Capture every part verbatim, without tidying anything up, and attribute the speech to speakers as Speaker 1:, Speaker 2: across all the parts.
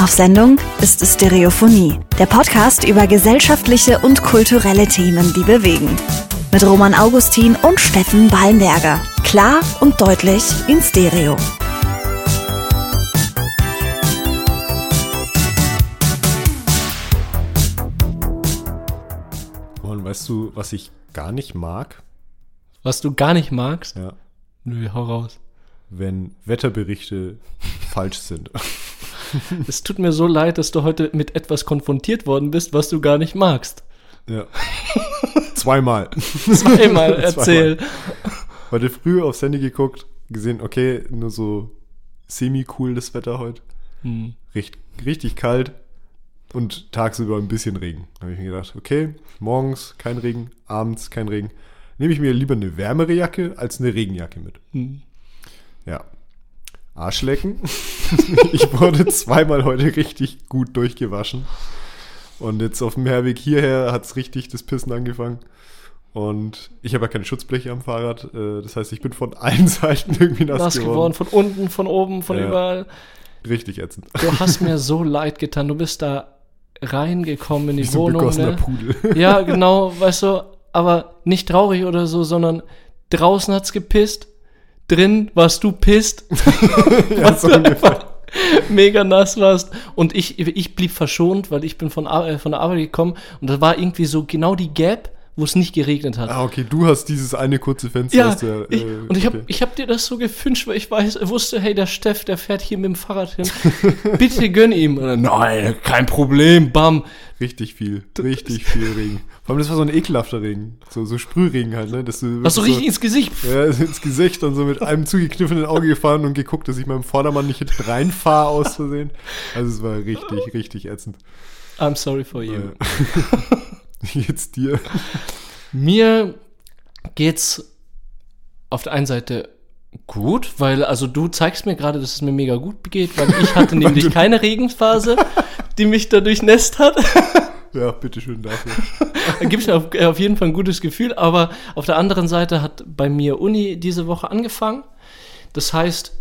Speaker 1: Auf Sendung ist Stereophonie, der Podcast über gesellschaftliche und kulturelle Themen, die bewegen. Mit Roman Augustin und Steffen Ballenberger. Klar und deutlich in Stereo.
Speaker 2: Roman, weißt du, was ich gar nicht mag?
Speaker 3: Was du gar nicht magst?
Speaker 2: Ja.
Speaker 3: Nö, hau raus.
Speaker 2: Wenn Wetterberichte falsch sind.
Speaker 3: Es tut mir so leid, dass du heute mit etwas konfrontiert worden bist, was du gar nicht magst.
Speaker 2: Ja. Zweimal.
Speaker 3: Zweimal, erzähl.
Speaker 2: Zweimal. Heute früh aufs Handy geguckt, gesehen, okay, nur so semi-cool das Wetter heute. Hm. Richt, richtig kalt und tagsüber ein bisschen Regen. Da habe ich mir gedacht, okay, morgens kein Regen, abends kein Regen. Nehme ich mir lieber eine wärmere Jacke als eine Regenjacke mit. Hm. Ja. Arschlecken. Ich wurde zweimal heute richtig gut durchgewaschen. Und jetzt auf dem Herweg hierher hat es richtig das Pissen angefangen. Und ich habe ja keine Schutzbleche am Fahrrad. Das heißt, ich bin von allen Seiten irgendwie nass, nass geworden. geworden.
Speaker 3: Von unten, von oben, von ja, überall.
Speaker 2: Richtig ätzend.
Speaker 3: Du hast mir so leid getan. Du bist da reingekommen in die
Speaker 2: Wie
Speaker 3: Wohnung.
Speaker 2: So ein begossener Pudel.
Speaker 3: Ja, genau, weißt du, aber nicht traurig oder so, sondern draußen hat's gepisst. Drin warst du pisst,
Speaker 2: ja,
Speaker 3: weil
Speaker 2: so
Speaker 3: du einfach mega nass warst. Und ich, ich blieb verschont, weil ich bin von, Ar- von der Arbeit gekommen und da war irgendwie so genau die Gap, wo es nicht geregnet hat.
Speaker 2: Ah, okay, du hast dieses eine kurze Fenster.
Speaker 3: Ja,
Speaker 2: du, äh,
Speaker 3: ich, und ich habe
Speaker 2: okay.
Speaker 3: ich hab dir das so gewünscht, weil ich weiß, wusste, hey, der Steff, der fährt hier mit dem Fahrrad hin. Bitte gönn ihm. Und dann, nein, kein Problem, bam.
Speaker 2: Richtig viel, richtig viel Regen. Vor allem, das war so ein ekelhafter Regen. So, so Sprühregen halt, ne? Dass du
Speaker 3: Hast du richtig
Speaker 2: so,
Speaker 3: ins Gesicht?
Speaker 2: Ja, ins Gesicht und so mit einem zugekniffenen Auge gefahren und geguckt, dass ich meinem Vordermann nicht hinten reinfahre aus Versehen. Also es war richtig, richtig ätzend.
Speaker 3: I'm sorry for you.
Speaker 2: Wie geht's dir?
Speaker 3: Mir geht's auf der einen Seite gut, weil, also du zeigst mir gerade, dass es mir mega gut geht, weil ich hatte nämlich keine Regenphase, die mich da durchnässt hat.
Speaker 2: Ja, bitteschön dafür.
Speaker 3: Da gibt's mir auf, auf jeden Fall ein gutes Gefühl, aber auf der anderen Seite hat bei mir Uni diese Woche angefangen. Das heißt,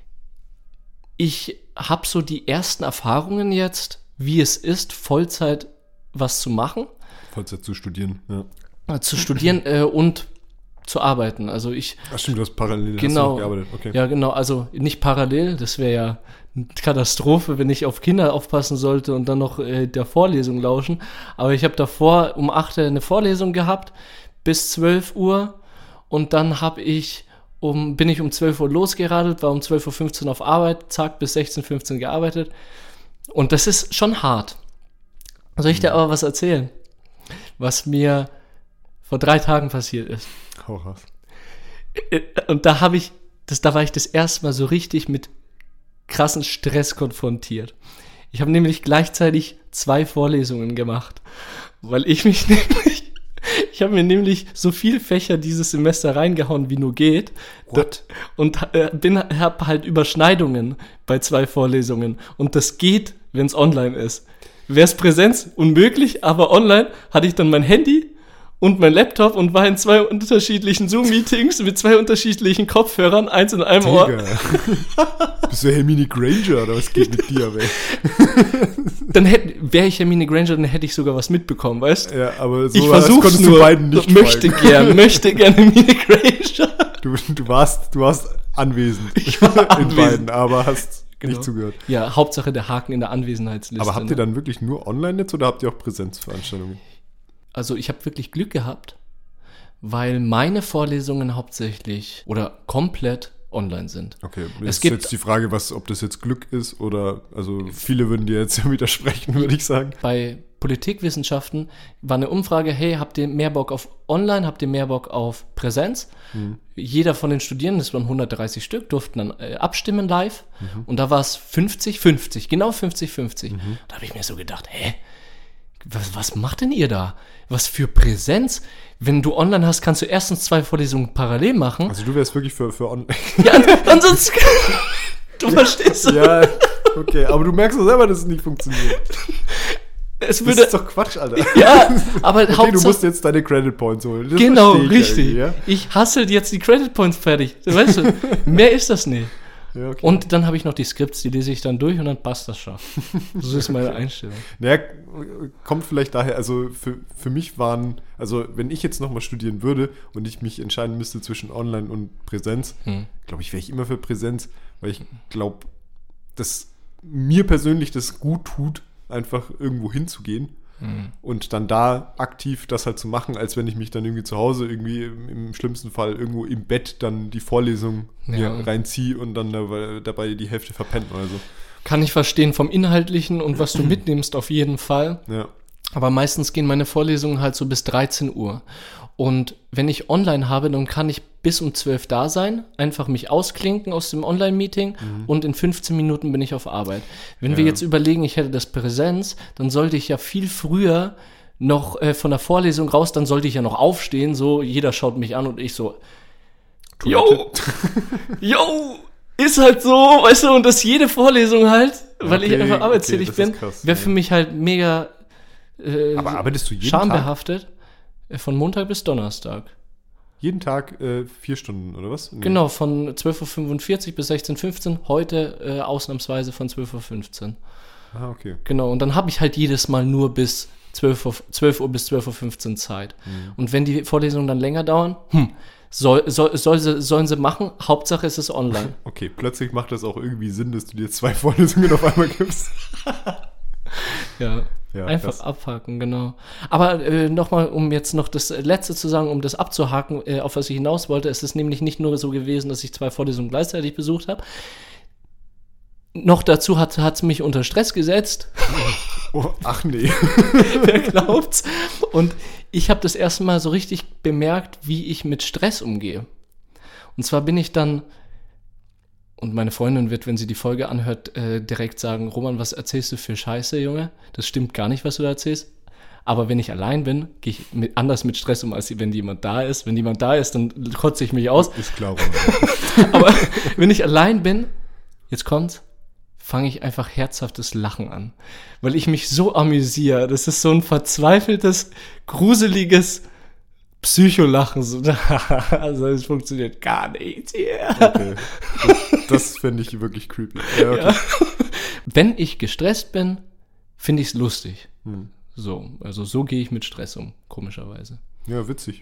Speaker 3: ich habe so die ersten Erfahrungen jetzt, wie es ist, Vollzeit was zu machen.
Speaker 2: Vollzeit zu studieren, ja.
Speaker 3: Zu studieren äh, und zu arbeiten. Also ich.
Speaker 2: Ach stimmt, du hast parallel
Speaker 3: genau,
Speaker 2: hast du noch gearbeitet. Okay.
Speaker 3: Ja, genau. Also nicht parallel. Das wäre ja eine Katastrophe, wenn ich auf Kinder aufpassen sollte und dann noch äh, der Vorlesung lauschen. Aber ich habe davor um acht Uhr eine Vorlesung gehabt bis zwölf Uhr und dann habe ich um bin ich um zwölf Uhr losgeradelt, war um zwölf Uhr fünfzehn auf Arbeit, zack, bis sechzehn Uhr fünfzehn gearbeitet. Und das ist schon hart. Soll ich dir aber was erzählen? Was mir vor drei Tagen passiert ist.
Speaker 2: Hau raus.
Speaker 3: Und da habe ich, das, da war ich das erste Mal so richtig mit krassen Stress konfrontiert. Ich habe nämlich gleichzeitig zwei Vorlesungen gemacht, weil ich mich nämlich, ich habe mir nämlich so viel Fächer dieses Semester reingehauen, wie nur geht.
Speaker 2: What?
Speaker 3: Und äh, bin, habe halt Überschneidungen bei zwei Vorlesungen. Und das geht, wenn es online ist. Wäre es Präsenz unmöglich, aber online hatte ich dann mein Handy und mein Laptop und war in zwei unterschiedlichen Zoom-Meetings mit zwei unterschiedlichen Kopfhörern, eins in einem Ohr.
Speaker 2: Bist du Hermine Granger oder was geht mit dir, ey?
Speaker 3: Dann wäre ich Hermine Granger, dann hätte ich sogar was mitbekommen, weißt du?
Speaker 2: Ja, aber so
Speaker 3: ich versuch's nur, beiden nicht möchte gern, möchte gern Hermine Granger.
Speaker 2: Du, du, warst, du warst anwesend
Speaker 3: ich war
Speaker 2: in
Speaker 3: anwesend.
Speaker 2: beiden, aber hast
Speaker 3: genau.
Speaker 2: nicht zugehört.
Speaker 3: Ja, Hauptsache der Haken in der Anwesenheitsliste.
Speaker 2: Aber habt ihr dann wirklich nur online jetzt oder habt ihr auch Präsenzveranstaltungen?
Speaker 3: Also ich habe wirklich Glück gehabt, weil meine Vorlesungen hauptsächlich oder komplett online sind.
Speaker 2: Okay,
Speaker 3: es
Speaker 2: ist
Speaker 3: gibt
Speaker 2: jetzt die Frage, was, ob das jetzt Glück ist oder, also viele würden dir jetzt ja widersprechen, würde ich sagen.
Speaker 3: Bei Politikwissenschaften war eine Umfrage, hey, habt ihr mehr Bock auf online, habt ihr mehr Bock auf Präsenz? Mhm. Jeder von den Studierenden, das waren hundertdreißig Stück, durften dann äh, abstimmen live mhm. und da war es fünfzig fünfzig, genau fünfzig fünfzig. Mhm. Da habe ich mir so gedacht, hä? Was, was macht denn ihr da? Was für Präsenz? Wenn du online hast, kannst du erstens zwei Vorlesungen parallel machen.
Speaker 2: Also du wärst wirklich für, für online.
Speaker 3: Ja, ansonsten... Du verstehst es.
Speaker 2: Ja, okay, aber du merkst doch selber, dass es nicht funktioniert.
Speaker 3: Es würde,
Speaker 2: das ist doch Quatsch, Alter.
Speaker 3: Ja, aber
Speaker 2: okay,
Speaker 3: Hauptsache...
Speaker 2: du musst jetzt deine Credit Points holen. Das
Speaker 3: genau,
Speaker 2: ich
Speaker 3: richtig.
Speaker 2: Ja?
Speaker 3: Ich hassel jetzt die Credit Points fertig. Weißt du, mehr ist das nicht.
Speaker 2: Ja, okay.
Speaker 3: Und dann habe ich noch die Skripts, die lese ich dann durch und dann passt das schon. So ist meine Einstellung.
Speaker 2: Naja, kommt vielleicht daher, also für, für mich waren, also wenn ich jetzt nochmal studieren würde und ich mich entscheiden müsste zwischen Online und Präsenz, hm. glaube ich, wäre ich immer für Präsenz, weil ich glaube, dass mir persönlich das gut tut, einfach irgendwo hinzugehen. Mhm. Und dann da aktiv das halt zu machen, als wenn ich mich dann irgendwie zu Hause irgendwie im, im schlimmsten Fall irgendwo im Bett dann die Vorlesung ja. reinziehe und dann dabei, dabei die Hälfte verpennt oder so.
Speaker 3: Kann ich verstehen vom Inhaltlichen und was du mitnimmst auf jeden Fall.
Speaker 2: Ja.
Speaker 3: Aber meistens gehen meine Vorlesungen halt so bis dreizehn Uhr. Und wenn ich online habe, dann kann ich bis um zwölf da sein, einfach mich ausklinken aus dem Online-Meeting mhm. und in fünfzehn Minuten bin ich auf Arbeit. Wenn ja. wir jetzt überlegen, ich hätte das Präsenz, dann sollte ich ja viel früher noch äh, von der Vorlesung raus, dann sollte ich ja noch aufstehen, so jeder schaut mich an und ich so, yo, yo, ist halt so, weißt du, und das jede Vorlesung halt, weil okay, ich einfach arbeitstätig okay, bin, wäre für mich halt mega äh,
Speaker 2: Aber arbeitest du jeden
Speaker 3: schambehaftet. Tag? Von Montag bis Donnerstag.
Speaker 2: Jeden Tag äh, vier Stunden, oder was? Nee.
Speaker 3: Genau, von zwölf Uhr fünfundvierzig bis sechzehn Uhr fünfzehn. Heute äh, ausnahmsweise von zwölf Uhr fünfzehn.
Speaker 2: Ah, okay.
Speaker 3: Genau, und dann habe ich halt jedes Mal nur bis zwölf Uhr bis zwölf Uhr fünfzehn Zeit. Mhm. Und wenn die Vorlesungen dann länger dauern, hm, soll, soll, soll sie, sollen sie machen, Hauptsache es ist online.
Speaker 2: Okay, plötzlich macht das auch irgendwie Sinn, dass du dir zwei Vorlesungen auf einmal gibst.
Speaker 3: Ja. Ja, einfach das. Abhaken, genau. Aber äh, nochmal, um jetzt noch das Letzte zu sagen, um das abzuhaken, äh, auf was ich hinaus wollte, es ist nämlich nicht nur so gewesen, dass ich zwei Vorlesungen gleichzeitig besucht habe. Noch dazu hat es mich unter Stress gesetzt.
Speaker 2: Oh, ach nee.
Speaker 3: Wer glaubt's? Und ich habe das erste Mal so richtig bemerkt, wie ich mit Stress umgehe. Und zwar bin ich dann... Und meine Freundin wird, wenn sie die Folge anhört, äh, direkt sagen, Roman, was erzählst du für Scheiße, Junge? Das stimmt gar nicht, was du da erzählst. Aber wenn ich allein bin, gehe ich mit, anders mit Stress um, als wenn jemand da ist. Wenn jemand da ist, dann kotze ich mich aus.
Speaker 2: Ist klar.
Speaker 3: Aber wenn ich allein bin, jetzt kommt's, fange ich einfach herzhaftes Lachen an. Weil ich mich so amüsiere. Das ist so ein verzweifeltes, gruseliges Psycholachen, so, also es funktioniert gar nicht hier.
Speaker 2: Okay. Das, das finde ich wirklich creepy. Ja, okay.
Speaker 3: Ja. Wenn ich gestresst bin, finde ich es lustig.
Speaker 2: Hm.
Speaker 3: So, also so gehe ich mit Stress um, komischerweise.
Speaker 2: Ja, witzig.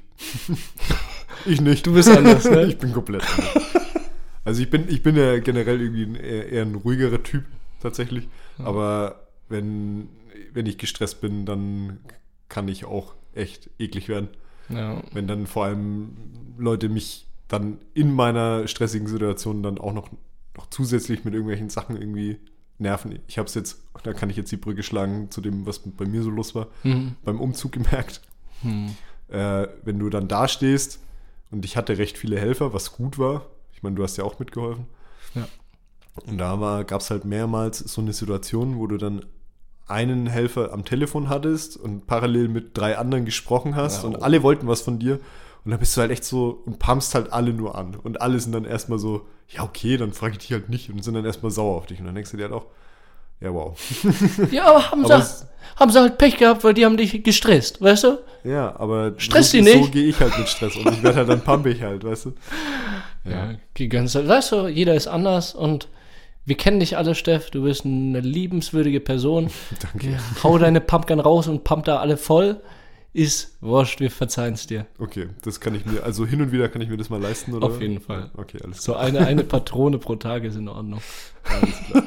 Speaker 2: Ich nicht.
Speaker 3: Du bist anders, ne?
Speaker 2: Ich bin komplett anders. Also ich bin, ich bin ja generell irgendwie ein, eher, eher ein ruhigerer Typ, tatsächlich. Ja. Aber wenn, wenn ich gestresst bin, dann kann ich auch echt eklig werden. Ja. Wenn dann vor allem Leute mich dann in meiner stressigen Situation dann auch noch, noch zusätzlich mit irgendwelchen Sachen irgendwie nerven. Ich habe es jetzt, da kann ich jetzt die Brücke schlagen zu dem, was bei mir so los war, mhm. beim Umzug gemerkt. Mhm. Äh, wenn du dann da stehst und ich hatte recht viele Helfer, was gut war. Ich meine, du hast ja auch mitgeholfen.
Speaker 3: Ja.
Speaker 2: Und da gab es halt mehrmals so eine Situation, wo du dann einen Helfer am Telefon hattest und parallel mit drei anderen gesprochen hast ja, und alle wollten was von dir und dann bist du halt echt so und pumpst halt alle nur an und alle sind dann erstmal so, ja okay, dann frage ich dich halt nicht und sind dann erstmal sauer auf dich und dann denkst du dir halt auch, ja wow.
Speaker 3: Ja, aber haben, aber sie, haben sie halt Pech gehabt, weil die haben dich gestresst, weißt du?
Speaker 2: Ja, aber
Speaker 3: Stress
Speaker 2: so,
Speaker 3: die nicht.
Speaker 2: So gehe ich halt mit Stress und ich werde halt dann pumpig halt, weißt du?
Speaker 3: Ja, die ganze Zeit, weißt du, jeder ist anders und wir kennen dich alle, Steff, du bist eine liebenswürdige Person.
Speaker 2: Danke.
Speaker 3: Ja, hau deine Pumpgun raus und pump da alle voll. Ist wurscht, wir verzeihen es dir.
Speaker 2: Okay, das kann ich mir, also hin und wieder kann ich mir das mal leisten, oder?
Speaker 3: Auf jeden Fall.
Speaker 2: Okay, alles
Speaker 3: klar. So eine, eine Patrone pro Tag ist in Ordnung. Alles klar.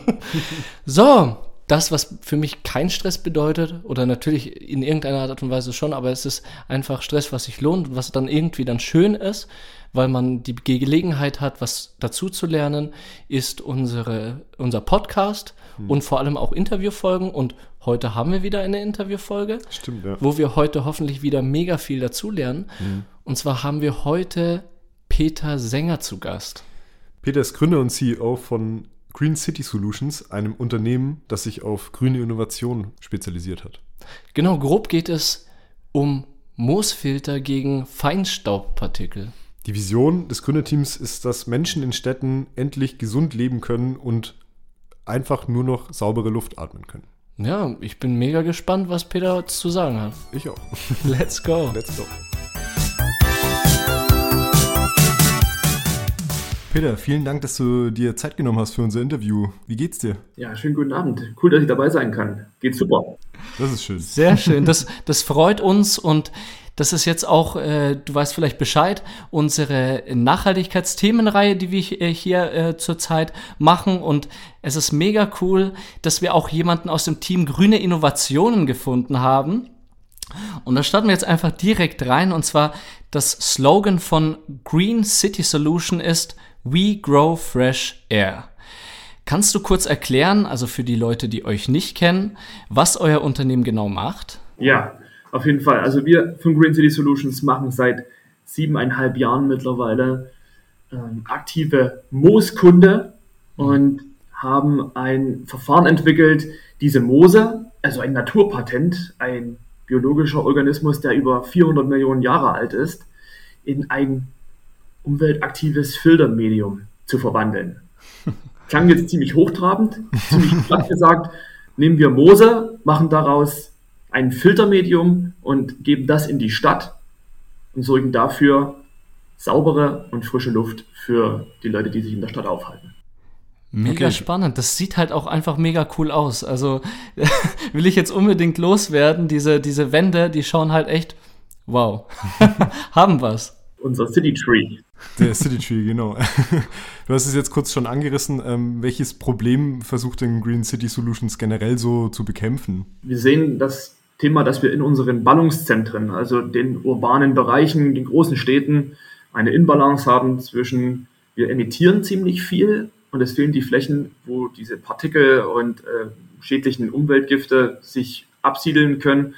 Speaker 3: So, das, was für mich kein Stress bedeutet, oder natürlich in irgendeiner Art und Weise schon, aber es ist einfach Stress, was sich lohnt und was dann irgendwie dann schön ist, weil man die Gelegenheit hat, was dazu zu lernen, ist unsere, unser Podcast hm. und vor allem auch Interviewfolgen. Und heute haben wir wieder eine Interviewfolge,
Speaker 2: Stimmt, ja.
Speaker 3: wo wir heute hoffentlich wieder mega viel dazu lernen. Hm. Und zwar haben wir heute Peter Sänger zu Gast.
Speaker 2: Peter ist Gründer und C E O von Green City Solutions, einem Unternehmen, das sich auf grüne Innovation spezialisiert hat.
Speaker 3: Genau, grob geht es um Moosfilter gegen Feinstaubpartikel.
Speaker 2: Die Vision des Gründerteams ist, dass Menschen in Städten endlich gesund leben können und einfach nur noch saubere Luft atmen können.
Speaker 3: Ja, ich bin mega gespannt, was Peter zu sagen hat.
Speaker 2: Ich auch.
Speaker 3: Let's go.
Speaker 2: Let's go. Peter, vielen Dank, dass du dir Zeit genommen hast für unser Interview. Wie geht's dir?
Speaker 4: Ja, schönen guten Abend. Cool, dass ich dabei sein kann. Geht super.
Speaker 2: Das ist schön.
Speaker 3: Sehr schön. Das, das freut uns und das ist jetzt auch, äh, du weißt vielleicht Bescheid, unsere Nachhaltigkeitsthemenreihe, die wir hier äh, zurzeit machen. Und es ist mega cool, dass wir auch jemanden aus dem Team Grüne Innovationen gefunden haben. Und da starten wir jetzt einfach direkt rein. Und zwar das Slogan von Green City Solution ist We Grow Fresh Air. Kannst du kurz erklären, also für die Leute, die euch nicht kennen, was euer Unternehmen genau macht?
Speaker 4: Ja, auf jeden Fall. Also wir von Green City Solutions machen seit siebeneinhalb Jahren mittlerweile ähm, aktive Mooskunde und haben ein Verfahren entwickelt, diese Moose, also ein Naturpatent, ein biologischer Organismus, der über vierhundert Millionen Jahre alt ist, in ein umweltaktives Filtermedium zu verwandeln. Klang jetzt ziemlich hochtrabend, ziemlich platt gesagt, nehmen wir Moose, machen daraus ein Filtermedium und geben das in die Stadt und sorgen dafür saubere und frische Luft für die Leute, die sich in der Stadt aufhalten.
Speaker 3: Mega okay. Spannend. Das sieht halt auch einfach mega cool aus. Also will ich jetzt unbedingt loswerden. Diese, diese Wände, die schauen halt echt, wow, haben was.
Speaker 4: Unser City Tree.
Speaker 2: Der City Tree, genau. Du hast es jetzt kurz schon angerissen. Ähm, welches Problem versucht denn Green City Solutions generell so zu bekämpfen?
Speaker 4: Wir sehen das Thema, dass wir in unseren Ballungszentren, also den urbanen Bereichen, den großen Städten, eine Inbalance haben zwischen, wir emittieren ziemlich viel und es fehlen die Flächen, wo diese Partikel und äh, schädlichen Umweltgifte sich absiedeln können.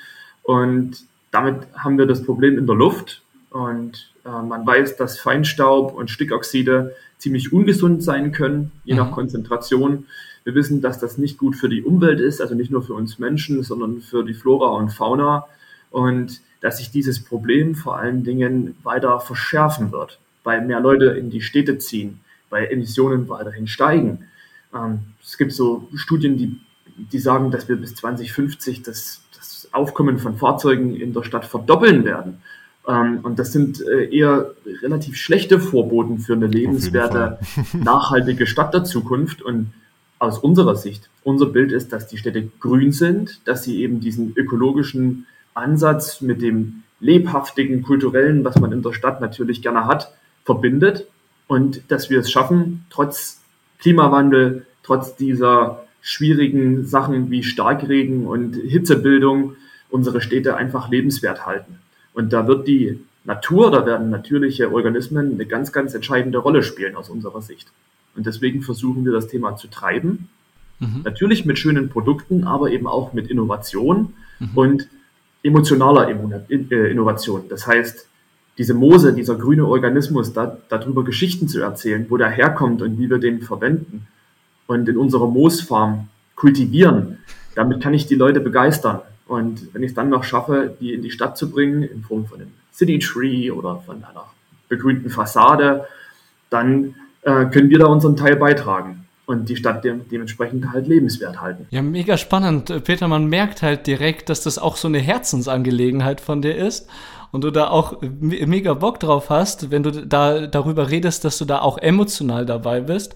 Speaker 4: Und damit haben wir das Problem in der Luft. Und äh, man weiß, dass Feinstaub und Stickoxide ziemlich ungesund sein können, je nach Konzentration. Wir wissen, dass das nicht gut für die Umwelt ist, also nicht nur für uns Menschen, sondern für die Flora und Fauna. Und dass sich dieses Problem vor allen Dingen weiter verschärfen wird, weil mehr Leute in die Städte ziehen, weil Emissionen weiterhin steigen. Ähm, es gibt so Studien, die, die sagen, dass wir bis zwanzig fünfzig das, das Aufkommen von Fahrzeugen in der Stadt verdoppeln werden. Ähm, und das sind äh, eher relativ schlechte Vorboten für eine lebenswerte, nachhaltige Stadt der Zukunft. Und aus unserer Sicht, unser Bild ist, dass die Städte grün sind, dass sie eben diesen ökologischen Ansatz mit dem lebhaftigen, kulturellen, was man in der Stadt natürlich gerne hat, verbindet. Und dass wir es schaffen, trotz Klimawandel, trotz dieser schwierigen Sachen wie Starkregen und Hitzebildung, unsere Städte einfach lebenswert halten. Und da wird die Natur, da werden natürliche Organismen eine ganz, ganz entscheidende Rolle spielen aus unserer Sicht. Und deswegen versuchen wir das Thema zu treiben. Mhm. Natürlich mit schönen Produkten, aber eben auch mit Innovation mhm. und emotionaler Innovation. Das heißt, diese Moose, dieser grüne Organismus, da, darüber Geschichten zu erzählen, wo der herkommt und wie wir den verwenden und in unserer Moosfarm kultivieren, damit kann ich die Leute begeistern. Und wenn ich es dann noch schaffe, die in die Stadt zu bringen, in Form von einem City Tree oder von einer begrünten Fassade, dann äh, können wir da unseren Teil beitragen und die Stadt de- dementsprechend halt lebenswert halten.
Speaker 3: Ja, mega spannend. Peter, man merkt halt direkt, dass das auch so eine Herzensangelegenheit von dir ist und du da auch me- mega Bock drauf hast, wenn du da darüber redest, dass du da auch emotional dabei bist.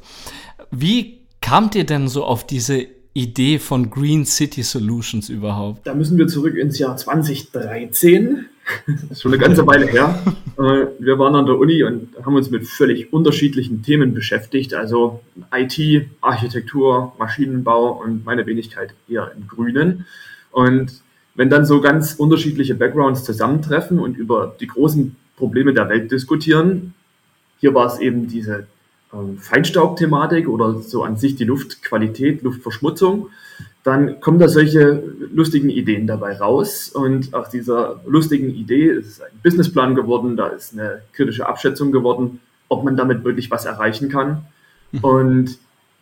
Speaker 3: Wie kamt ihr denn so auf diese Idee von Green City Solutions überhaupt?
Speaker 4: Da müssen wir zurück ins Jahr zwanzig dreizehn. Das ist schon eine ganze Weile her. Wir waren an der Uni und haben uns mit völlig unterschiedlichen Themen beschäftigt. Also I T, Architektur, Maschinenbau und meine Wenigkeit eher im Grünen. Und wenn dann so ganz unterschiedliche Backgrounds zusammentreffen und über die großen Probleme der Welt diskutieren, hier war es eben diese Feinstaubthematik oder so an sich die Luftqualität, Luftverschmutzung, dann kommen da solche lustigen Ideen dabei raus. Und aus dieser lustigen Idee ist ein Businessplan geworden, da ist eine kritische Abschätzung geworden, ob man damit wirklich was erreichen kann. Mhm. Und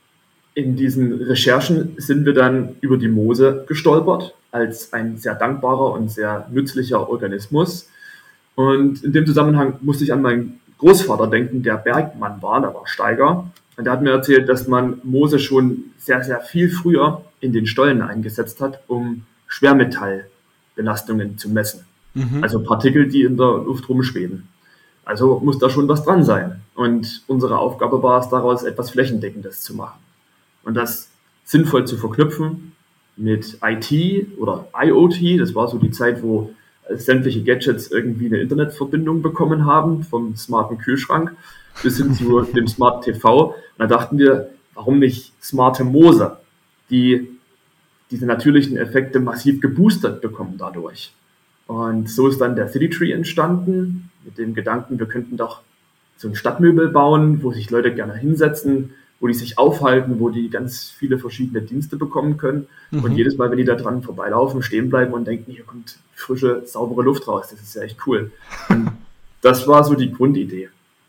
Speaker 4: in diesen Recherchen sind wir dann über die Moose gestolpert, als ein sehr dankbarer und sehr nützlicher Organismus. Und in dem Zusammenhang musste ich an meinen Großvater denken, der Bergmann war, der war Steiger. Und der hat mir erzählt, dass man Moose schon sehr, sehr viel früher in den Stollen eingesetzt hat, um Schwermetallbelastungen zu messen. Mhm. Also Partikel, die in der Luft rumschweben. Also muss da schon was dran sein. Und unsere Aufgabe war es, daraus etwas Flächendeckendes zu machen. Und das sinnvoll zu verknüpfen mit I T oder I O T. Das war so die Zeit, wo sämtliche Gadgets irgendwie eine Internetverbindung bekommen haben, vom smarten Kühlschrank bis hin zu dem Smart T V. Und da dachten wir, warum nicht smarte Moose, die diese natürlichen Effekte massiv geboostert bekommen dadurch. Und so ist dann der City Tree entstanden, mit dem Gedanken, wir könnten doch so ein Stadtmöbel bauen, wo sich Leute gerne hinsetzen, wo die sich aufhalten, wo die ganz viele verschiedene Dienste bekommen können. Mhm. Und jedes Mal, wenn die da dran vorbeilaufen, stehen bleiben und denken, hier kommt frische, saubere Luft raus. Das ist ja echt cool. Und das war so die Grundidee.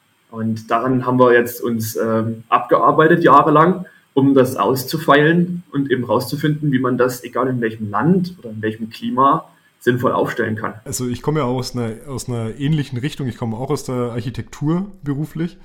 Speaker 4: Und daran haben wir jetzt uns ähm, abgearbeitet, jahrelang, um das auszufeilen und eben rauszufinden, wie man das, egal in welchem Land oder in welchem Klima, sinnvoll aufstellen kann.
Speaker 2: Also ich komme ja aus einer, aus einer ähnlichen Richtung. Ich komme auch aus der Architektur beruflich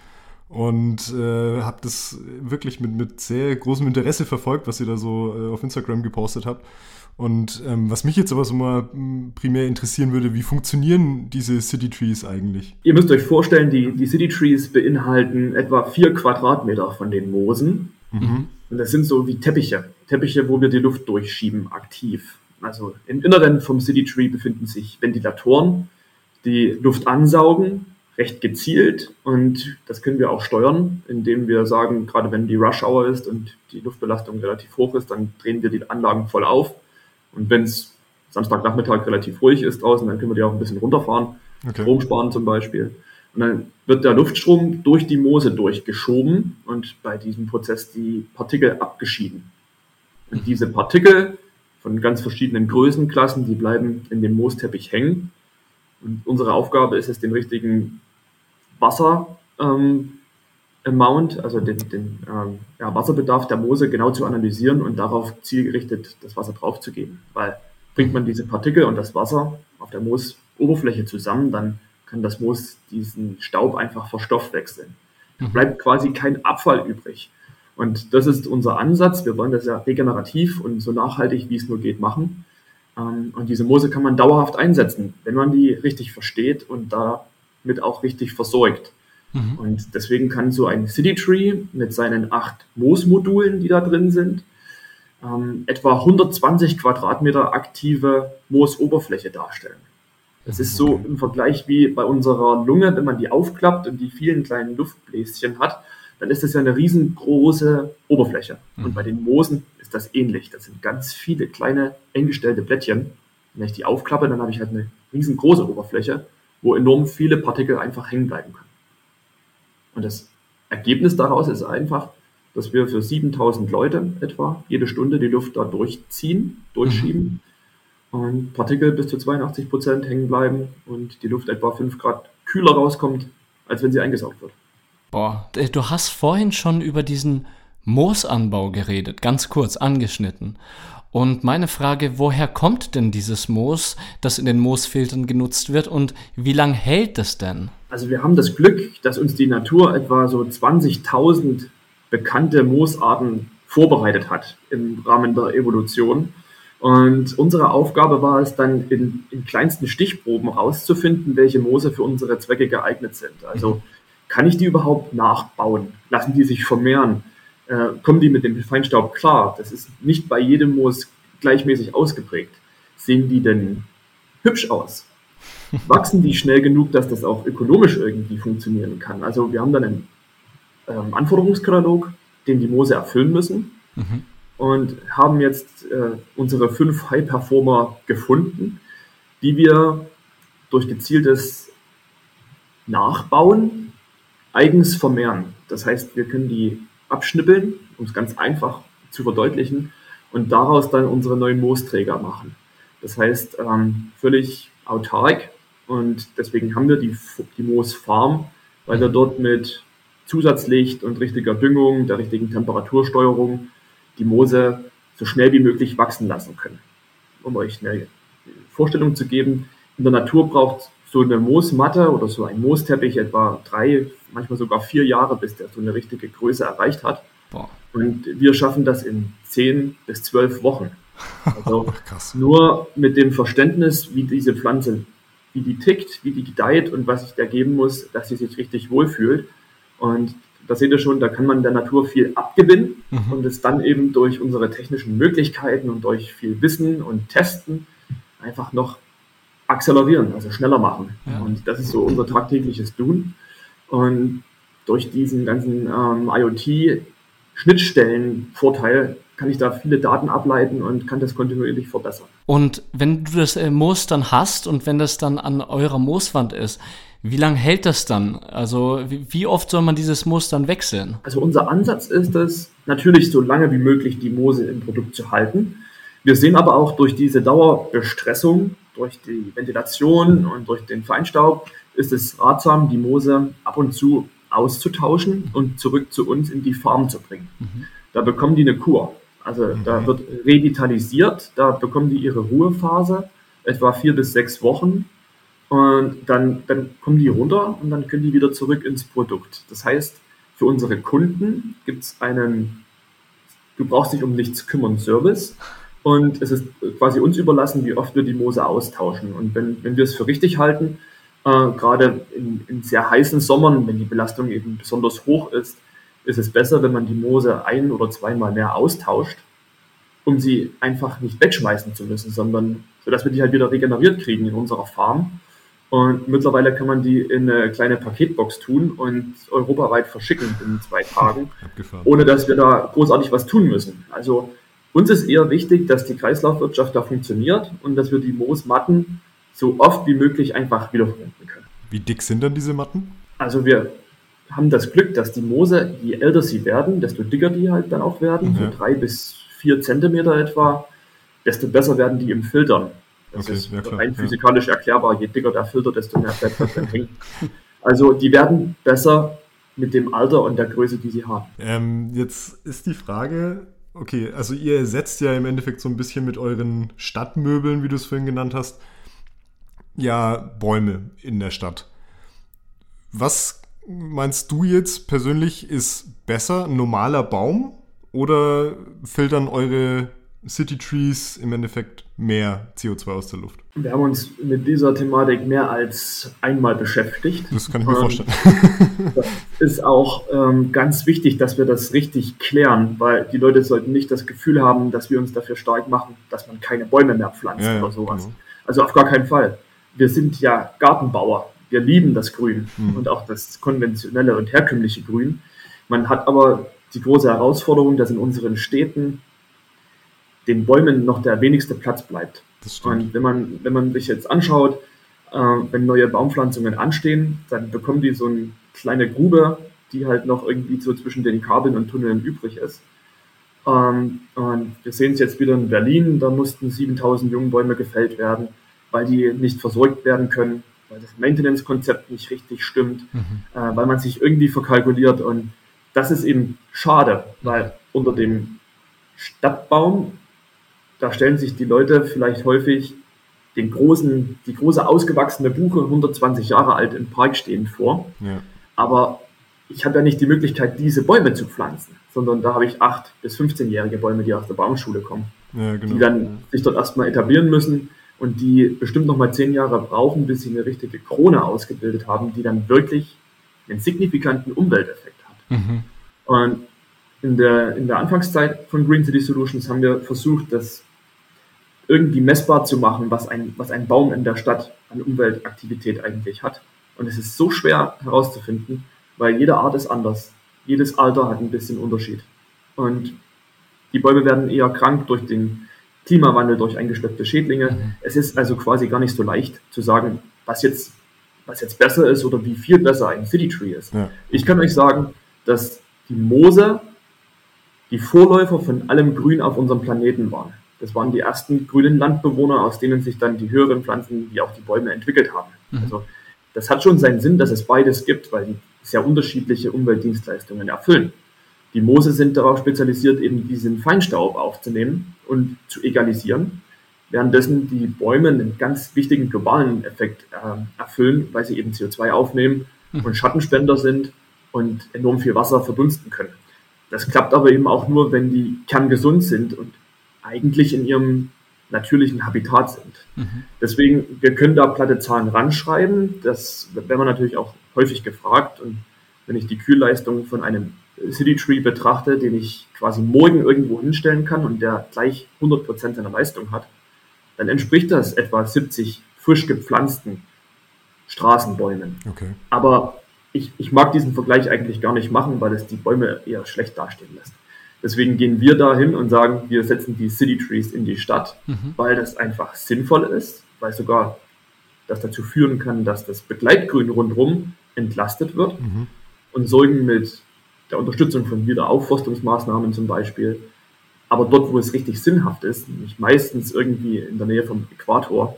Speaker 2: und äh, habe das wirklich mit, mit sehr großem Interesse verfolgt, was ihr da so äh, auf Instagram gepostet habt. Und ähm, was mich jetzt aber so mal m, primär interessieren würde, wie funktionieren diese City Trees eigentlich?
Speaker 4: Ihr müsst euch vorstellen, die, die City Trees beinhalten etwa vier Quadratmeter von den Moosen. Mhm. Und das sind so wie Teppiche. Teppiche, wo wir die Luft durchschieben, aktiv. Also im Inneren vom City Tree befinden sich Ventilatoren, die Luft ansaugen, recht gezielt. Und das können wir auch steuern, indem wir sagen, gerade wenn die Rush Hour ist und die Luftbelastung relativ hoch ist, dann drehen wir die Anlagen voll auf. Und wenn es Samstagnachmittag relativ ruhig ist draußen, dann können wir die auch ein bisschen runterfahren, okay. Strom sparen zum Beispiel. Und dann wird der Luftstrom durch die Moose durchgeschoben und bei diesem Prozess die Partikel abgeschieden. Und diese Partikel von ganz verschiedenen Größenklassen, die bleiben in dem Moosteppich hängen. Und unsere Aufgabe ist es, den richtigen Wasser ähm, Amount, also den, den ähm, ja, Wasserbedarf der Moose genau zu analysieren und darauf zielgerichtet das Wasser draufzugeben. Weil bringt man diese Partikel und das Wasser auf der Moosoberfläche zusammen, dann kann das Moos diesen Staub einfach verstoffwechseln. Da bleibt quasi kein Abfall übrig. Und das ist unser Ansatz. Wir wollen das ja regenerativ und so nachhaltig, wie es nur geht, machen. Und diese Moose kann man dauerhaft einsetzen, wenn man die richtig versteht und damit auch richtig versorgt. Mhm. Und deswegen kann so ein City Tree mit seinen acht Moosmodulen, die da drin sind, etwa hundertzwanzig Quadratmeter aktive Moosoberfläche darstellen. Das ist so im Vergleich wie bei unserer Lunge, wenn man die aufklappt und die vielen kleinen Luftbläschen hat, dann ist das ja eine riesengroße Oberfläche. Mhm. Und bei den Moosen ist das ähnlich. Das sind ganz viele kleine, eng gestellte Blättchen. Wenn ich die aufklappe, dann habe ich halt eine riesengroße Oberfläche, wo enorm viele Partikel einfach hängen bleiben können. Und das Ergebnis daraus ist einfach, dass wir für siebentausend Leute etwa jede Stunde die Luft da durchziehen, durchschieben. Mhm. Und Partikel bis zu zweiundachtzig Prozent hängen bleiben und die Luft etwa fünf Grad kühler rauskommt, als wenn sie eingesaugt wird.
Speaker 3: Boah, du hast vorhin schon über diesen Moosanbau geredet, ganz kurz angeschnitten. Und meine Frage, woher kommt denn dieses Moos, das in den Moosfiltern genutzt wird und wie lange hält es denn?
Speaker 4: Also wir haben das Glück, dass uns die Natur etwa so zwanzigtausend bekannte Moosarten vorbereitet hat im Rahmen der Evolution. Und unsere Aufgabe war es dann, in, in kleinsten Stichproben rauszufinden, welche Moose für unsere Zwecke geeignet sind. Also kann ich die überhaupt nachbauen? Lassen die sich vermehren? Äh, kommen die mit dem Feinstaub klar? Das ist nicht bei jedem Moos gleichmäßig ausgeprägt. Sehen die denn hübsch aus? Wachsen die schnell genug, dass das auch ökonomisch irgendwie funktionieren kann? Also wir haben dann einen ähm, Anforderungskatalog, den die Moose erfüllen müssen. Mhm. Und haben jetzt äh, unsere fünf High-Performer gefunden, die wir durch gezieltes Nachbauen eigens vermehren. Das heißt, wir können die abschnippeln, um es ganz einfach zu verdeutlichen, und daraus dann unsere neuen Moosträger machen. Das heißt, ähm, völlig autark, und deswegen haben wir die, die Moosfarm, weil wir dort mit Zusatzlicht und richtiger Düngung, der richtigen Temperatursteuerung die Moose so schnell wie möglich wachsen lassen können. Um euch eine Vorstellung zu geben, in der Natur braucht so eine Moosmatte oder so ein Moosteppich etwa drei, manchmal sogar vier Jahre, bis der so eine richtige Größe erreicht hat. Boah. Und wir schaffen das in zehn bis zwölf Wochen. Also nur mit dem Verständnis, wie diese Pflanze wie die tickt, wie die gedeiht und was ich der geben muss, dass sie sich richtig wohlfühlt. Und da seht ihr schon, da kann man der Natur viel abgewinnen mhm. und es dann eben durch unsere technischen Möglichkeiten und durch viel Wissen und Testen einfach noch akzelerieren, also schneller machen. Ja. Und das ist so unser tagtägliches Tun. Und durch diesen ganzen ähm, IoT-Schnittstellenvorteil kann ich da viele Daten ableiten und kann das kontinuierlich verbessern.
Speaker 3: Und wenn du das äh, Moos dann hast und wenn das dann an eurer Mooswand ist, wie lange hält das dann? Also wie, wie oft soll man dieses Moos dann wechseln?
Speaker 4: Also unser Ansatz ist es, natürlich so lange wie möglich die Moose im Produkt zu halten. Wir sehen aber auch durch diese Dauerbestressung, durch die Ventilation und durch den Feinstaub, ist es ratsam, die Moose ab und zu auszutauschen und zurück zu uns in die Farm zu bringen. Mhm. Da bekommen die eine Kur. Also mhm. da wird revitalisiert, da bekommen die ihre Ruhephase, etwa vier bis sechs Wochen. Und dann, dann kommen die runter und dann können die wieder zurück ins Produkt. Das heißt, für unsere Kunden gibt es einen, du brauchst dich um nichts kümmern, Service. Und es ist quasi uns überlassen, wie oft wir die Moose austauschen. Und wenn, wenn wir es für richtig halten, äh, gerade in, in sehr heißen Sommern, wenn die Belastung eben besonders hoch ist, ist es besser, wenn man die Moose ein- oder zweimal mehr austauscht, um sie einfach nicht wegschmeißen zu müssen, sondern sodass wir die halt wieder regeneriert kriegen in unserer Farm. Und mittlerweile kann man die in eine kleine Paketbox tun und europaweit verschicken in zwei Tagen, ohne dass wir da großartig was tun müssen. Also uns ist eher wichtig, dass die Kreislaufwirtschaft da funktioniert und dass wir die Moosmatten so oft wie möglich einfach wiederverwenden können.
Speaker 2: Wie dick sind dann diese Matten? Also
Speaker 4: wir haben das Glück, dass die Moose, je älter sie werden, desto dicker die halt dann auch werden, ja. so drei bis vier Zentimeter etwa, desto besser werden die im Filtern. Das okay, ist ja, rein physikalisch ja. erklärbar. Je dicker der Filter, desto mehr Fett wird dann hängen. Also die werden besser mit dem Alter und der Größe, die sie haben.
Speaker 2: Ähm, jetzt ist die Frage, okay, also ihr ersetzt ja im Endeffekt so ein bisschen mit euren Stadtmöbeln, wie du es vorhin genannt hast, ja Bäume in der Stadt. Was meinst du jetzt persönlich ist besser, ein normaler Baum oder filtern eure City Trees im Endeffekt mehr C O zwei aus der Luft?
Speaker 4: Wir haben uns mit dieser Thematik mehr als einmal beschäftigt.
Speaker 2: Das kann ich mir ähm, vorstellen.
Speaker 4: Das ist auch ähm, ganz wichtig, dass wir das richtig klären, weil die Leute sollten nicht das Gefühl haben, dass wir uns dafür stark machen, dass man keine Bäume mehr pflanzt ja, oder sowas. Genau. Also auf gar keinen Fall. Wir sind ja Gartenbauer. Wir lieben das Grün mhm. und auch das konventionelle und herkömmliche Grün. Man hat aber die große Herausforderung, dass in unseren Städten den Bäumen noch der wenigste Platz bleibt. Und wenn man, wenn man sich jetzt anschaut, äh, wenn neue Baumpflanzungen anstehen, dann bekommen die so eine kleine Grube, die halt noch irgendwie so zwischen den Kabeln und Tunneln übrig ist. Ähm, und wir sehen es jetzt wieder in Berlin, da mussten siebentausend Jungbäume gefällt werden, weil die nicht versorgt werden können, weil das Maintenance-Konzept nicht richtig stimmt, mhm. äh, weil man sich irgendwie verkalkuliert. Und das ist eben schade, weil unter dem Stadtbaum, da stellen sich die Leute vielleicht häufig den großen, die große ausgewachsene Buche, hundertzwanzig Jahre alt, im Park stehen vor. Ja. Aber ich habe ja nicht die Möglichkeit, diese Bäume zu pflanzen, sondern da habe ich acht- bis fünfzehnjährige Bäume, die aus der Baumschule kommen, ja, genau. die dann sich dort erstmal etablieren müssen und die bestimmt nochmal zehn Jahre brauchen, bis sie eine richtige Krone ausgebildet haben, die dann wirklich einen signifikanten Umwelteffekt hat. Mhm. Und in der, in der Anfangszeit von Green City Solutions haben wir versucht, das irgendwie messbar zu machen, was ein, was ein Baum in der Stadt an Umweltaktivität eigentlich hat. Und es ist so schwer herauszufinden, weil jede Art ist anders. Jedes Alter hat ein bisschen Unterschied. Und die Bäume werden eher krank durch den Klimawandel, durch eingeschleppte Schädlinge. Mhm. Es ist also quasi gar nicht so leicht zu sagen, was jetzt, was jetzt besser ist oder wie viel besser ein City Tree ist. Ja. Ich kann euch sagen, dass die Moose die Vorläufer von allem Grün auf unserem Planeten waren. Das waren die ersten grünen Landbewohner, aus denen sich dann die höheren Pflanzen wie auch die Bäume entwickelt haben. Mhm. Also das hat schon seinen Sinn, dass es beides gibt, weil die sehr unterschiedliche Umweltdienstleistungen erfüllen. Die Moose sind darauf spezialisiert, eben diesen Feinstaub aufzunehmen und zu egalisieren, währenddessen die Bäume einen ganz wichtigen globalen Effekt äh, erfüllen, weil sie eben C O zwei aufnehmen mhm. und Schattenspender sind und enorm viel Wasser verdunsten können. Das klappt aber eben auch nur, wenn die kerngesund sind und eigentlich in ihrem natürlichen Habitat sind. Mhm. Deswegen, wir können da platte Zahlen ranschreiben. Das werden wir natürlich auch häufig gefragt. Und wenn ich die Kühlleistung von einem City Tree betrachte, den ich quasi morgen irgendwo hinstellen kann und der gleich hundert Prozent seiner Leistung hat, dann entspricht das etwa siebzig frisch gepflanzten Straßenbäumen.
Speaker 2: Okay.
Speaker 4: Aber ich, ich mag diesen Vergleich eigentlich gar nicht machen, weil es die Bäume eher schlecht dastehen lässt. Deswegen gehen wir dahin und sagen, wir setzen die City Trees in die Stadt, mhm. weil das einfach sinnvoll ist, weil sogar das dazu führen kann, dass das Begleitgrün rundherum entlastet wird mhm. und sorgen mit der Unterstützung von Wiederaufforstungsmaßnahmen zum Beispiel, aber dort, wo es richtig sinnhaft ist, nämlich meistens irgendwie in der Nähe vom Äquator,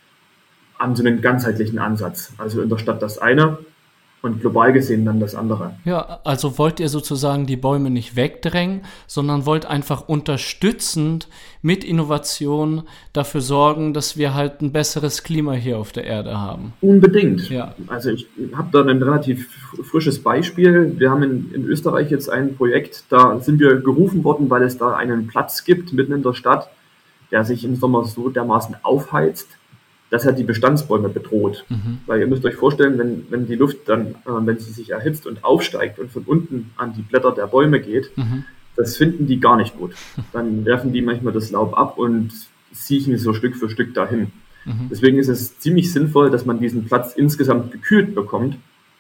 Speaker 4: an so einen ganzheitlichen Ansatz. Also in der Stadt das eine und global gesehen dann das andere.
Speaker 3: Ja, also wollt ihr sozusagen die Bäume nicht wegdrängen, sondern wollt einfach unterstützend mit Innovation dafür sorgen, dass wir halt ein besseres Klima hier auf der Erde haben.
Speaker 4: Unbedingt.
Speaker 3: Ja.
Speaker 4: Also ich habe da ein relativ frisches Beispiel. Wir haben in, in Österreich jetzt ein Projekt, da sind wir gerufen worden, weil es da einen Platz gibt mitten in der Stadt, der sich im Sommer so dermaßen aufheizt, dass er die Bestandsbäume bedroht. Mhm. Weil ihr müsst euch vorstellen, wenn, wenn die Luft dann, äh, wenn sie sich erhitzt und aufsteigt und von unten an die Blätter der Bäume geht, mhm. das finden die gar nicht gut. Dann werfen die manchmal das Laub ab und siechen so Stück für Stück dahin. Mhm. Deswegen ist es ziemlich sinnvoll, dass man diesen Platz insgesamt gekühlt bekommt.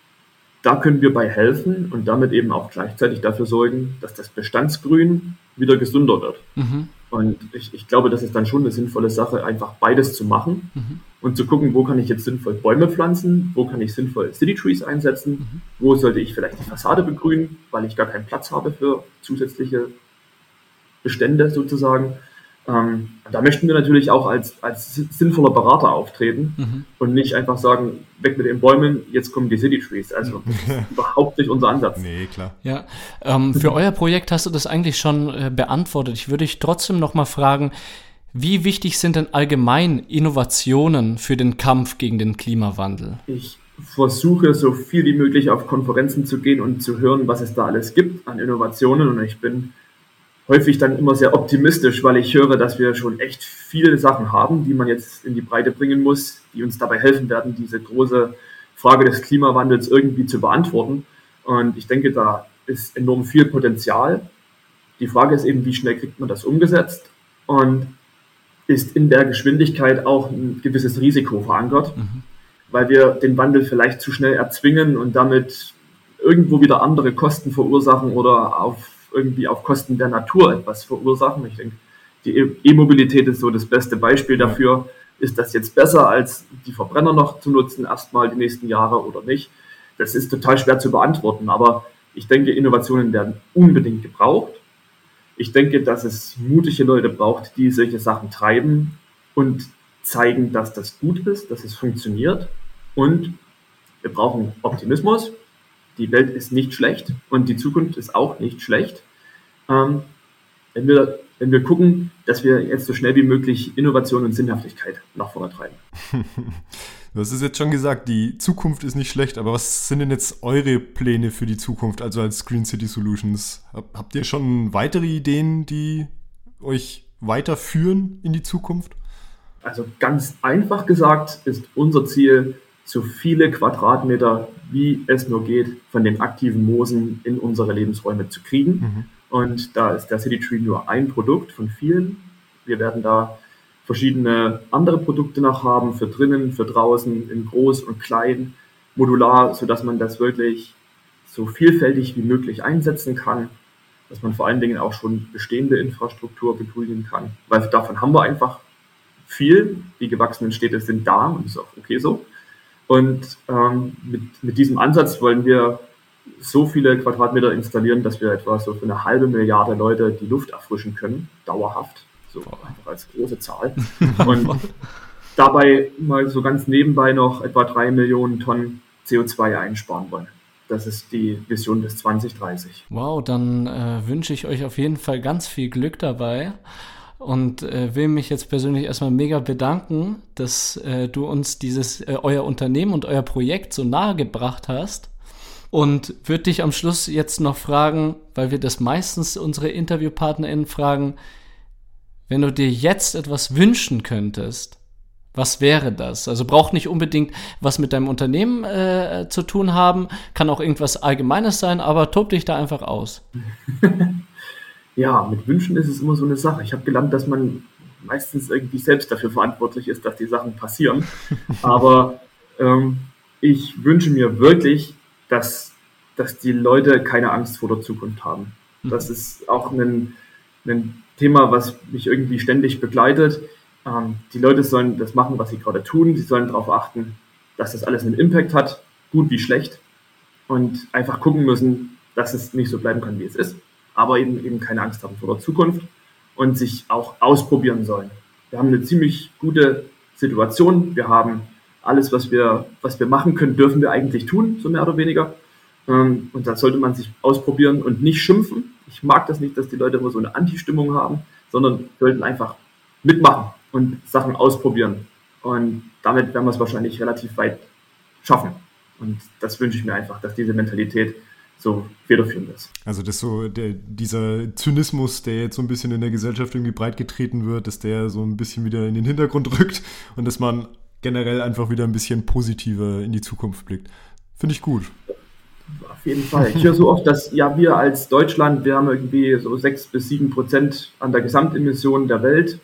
Speaker 4: Da können wir bei helfen und damit eben auch gleichzeitig dafür sorgen, dass das Bestandsgrün wieder gesünder wird. Mhm. Und ich, ich glaube, das ist dann schon eine sinnvolle Sache, einfach beides zu machen mhm. und zu gucken, wo kann ich jetzt sinnvoll Bäume pflanzen, wo kann ich sinnvoll City Trees einsetzen, mhm. wo sollte ich vielleicht die Fassade begrünen, weil ich gar keinen Platz habe für zusätzliche Bestände sozusagen. Ähm, da möchten wir natürlich auch als, als sinnvoller Berater auftreten mhm. und nicht einfach sagen, weg mit den Bäumen, jetzt kommen die City Trees. Also das ist überhaupt nicht unser Ansatz.
Speaker 2: Nee, klar.
Speaker 3: Ja, ähm, für euer Projekt hast du das eigentlich schon äh, beantwortet. Ich würde dich trotzdem noch mal fragen, wie wichtig sind denn allgemein Innovationen für den Kampf gegen den Klimawandel?
Speaker 4: Ich versuche so viel wie möglich auf Konferenzen zu gehen und zu hören, was es da alles gibt an Innovationen, und ich bin häufig dann immer sehr optimistisch, weil ich höre, dass wir schon echt viele Sachen haben, die man jetzt in die Breite bringen muss, die uns dabei helfen werden, diese große Frage des Klimawandels irgendwie zu beantworten. Und ich denke, da ist enorm viel Potenzial. Die Frage ist eben, wie schnell kriegt man das umgesetzt und ist in der Geschwindigkeit auch ein gewisses Risiko verankert, mhm. weil wir den Wandel vielleicht zu schnell erzwingen und damit irgendwo wieder andere Kosten verursachen oder auf irgendwie auf Kosten der Natur etwas verursachen. Ich denke, die E-Mobilität ist so das beste Beispiel dafür. Ist das jetzt besser, als die Verbrenner noch zu nutzen, erstmal die nächsten Jahre oder nicht? Das ist total schwer zu beantworten, aber ich denke, Innovationen werden unbedingt gebraucht. Ich denke, dass es mutige Leute braucht, die solche Sachen treiben und zeigen, dass das gut ist, dass es funktioniert. Und wir brauchen Optimismus. Die Welt ist nicht schlecht und die Zukunft ist auch nicht schlecht. Ähm, wenn wir, wenn wir gucken, dass wir jetzt so schnell wie möglich Innovation und Sinnhaftigkeit nach vorne treiben.
Speaker 2: Du hast es jetzt schon gesagt, die Zukunft ist nicht schlecht, aber was sind denn jetzt eure Pläne für die Zukunft, also als Green City Solutions? Habt ihr schon weitere Ideen, die euch weiterführen in die Zukunft?
Speaker 4: Also ganz einfach gesagt ist unser Ziel, so viele Quadratmeter, wie es nur geht, von den aktiven Moosen in unsere Lebensräume zu kriegen. Mhm. Und da ist der City Tree nur ein Produkt von vielen. Wir werden da verschiedene andere Produkte noch haben, für drinnen, für draußen, in groß und klein, modular, sodass man das wirklich so vielfältig wie möglich einsetzen kann, dass man vor allen Dingen auch schon bestehende Infrastruktur begrünen kann, weil davon haben wir einfach viel. Die gewachsenen Städte sind da und ist auch okay so. Und ähm, mit, mit diesem Ansatz wollen wir so viele Quadratmeter installieren, dass wir etwa so für eine halbe Milliarde Leute die Luft erfrischen können, dauerhaft, so einfach als große Zahl. Und dabei mal so ganz nebenbei noch etwa drei Millionen Tonnen C O zwei einsparen wollen. Das ist die Vision bis zwanzig dreißig.
Speaker 3: Wow, dann äh, wünsche ich euch auf jeden Fall ganz viel Glück dabei. Und äh, will mich jetzt persönlich erstmal mega bedanken, dass äh, du uns dieses äh, euer Unternehmen und euer Projekt so nahe gebracht hast. Und würde dich am Schluss jetzt noch fragen, weil wir das meistens unsere InterviewpartnerInnen fragen, wenn du dir jetzt etwas wünschen könntest, was wäre das? Also braucht nicht unbedingt was mit deinem Unternehmen äh, zu tun haben, kann auch irgendwas Allgemeines sein, aber tob dich da einfach aus.
Speaker 4: Ja, mit Wünschen ist es immer so eine Sache. Ich habe gelernt, dass man meistens irgendwie selbst dafür verantwortlich ist, dass die Sachen passieren. Aber ähm, ich wünsche mir wirklich, dass, dass die Leute keine Angst vor der Zukunft haben. Das ist auch ein, ein Thema, was mich irgendwie ständig begleitet. Ähm, die Leute sollen das machen, was sie gerade tun. Sie sollen darauf achten, dass das alles einen Impact hat, gut wie schlecht. Und einfach gucken müssen, dass es nicht so bleiben kann, wie es ist. Aber eben, eben keine Angst haben vor der Zukunft und sich auch ausprobieren sollen. Wir haben eine ziemlich gute Situation. Wir haben alles, was wir, was wir machen können, dürfen wir eigentlich tun, so mehr oder weniger. Ähm, und da sollte man sich ausprobieren und nicht schimpfen. Ich mag das nicht, dass die Leute immer so eine Anti-Stimmung haben, sondern sollten einfach mitmachen und Sachen ausprobieren. Und damit werden wir es wahrscheinlich relativ weit schaffen. Und das wünsche ich mir einfach, dass diese Mentalität so federführend ist.
Speaker 2: Also dass so der, dieser Zynismus, der jetzt so ein bisschen in der Gesellschaft irgendwie breitgetreten wird, dass der so ein bisschen wieder in den Hintergrund rückt und dass man generell einfach wieder ein bisschen positiver in die Zukunft blickt. Finde ich gut.
Speaker 4: Auf jeden Fall. Ich höre so oft, dass ja wir als Deutschland, wir haben irgendwie so sechs bis sieben Prozent an der Gesamtemission der Welt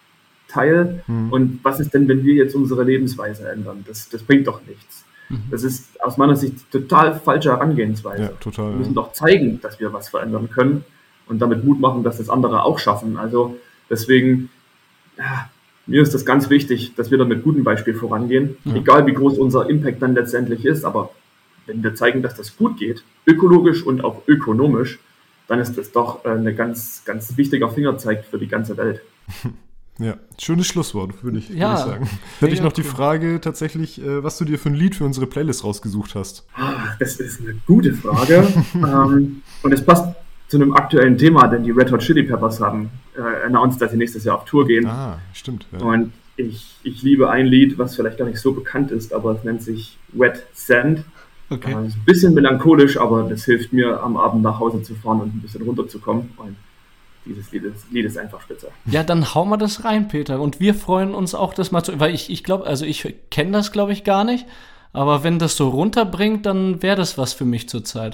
Speaker 4: teil. Hm. Und was ist denn, wenn wir jetzt unsere Lebensweise ändern? Das, das bringt doch nichts. Mhm. Das ist aus meiner Sicht total falsche Herangehensweise.
Speaker 2: Ja, total,
Speaker 4: wir müssen
Speaker 2: ja.
Speaker 4: doch zeigen, dass wir was verändern können und damit Mut machen, dass das andere auch schaffen. Also deswegen, ja, mir ist das ganz wichtig, dass wir da mit gutem Beispiel vorangehen. Ja. Egal wie groß unser Impact dann letztendlich ist, aber wenn wir zeigen, dass das gut geht, ökologisch und auch ökonomisch, dann ist das doch eine ganz, ganz wichtiger Fingerzeig für die ganze Welt.
Speaker 2: Ja, schönes Schlusswort, würde ich,
Speaker 3: ja,
Speaker 2: würd ich sagen. Hätte ich noch die Frage tatsächlich, was du dir für ein Lied für unsere Playlist rausgesucht hast.
Speaker 4: Das ist eine gute Frage. ähm, und es passt zu einem aktuellen Thema, denn die Red Hot Chili Peppers haben äh, announced, dass sie nächstes Jahr auf Tour gehen.
Speaker 2: Ah, stimmt. Ja.
Speaker 4: Und ich, ich liebe ein Lied, was vielleicht gar nicht so bekannt ist, aber es nennt sich Wet Sand.
Speaker 3: Okay.
Speaker 4: Äh, ist ein bisschen melancholisch, aber das hilft mir, am Abend nach Hause zu fahren und ein bisschen runterzukommen. Und dieses Lied ist, Lied ist einfach spitze.
Speaker 3: Ja, dann hauen wir das rein, Peter. Und wir freuen uns auch, das mal zu... Weil ich, ich glaube, also ich kenne das, glaube ich, gar nicht. Aber wenn das so runterbringt, dann wäre das was für mich zurzeit.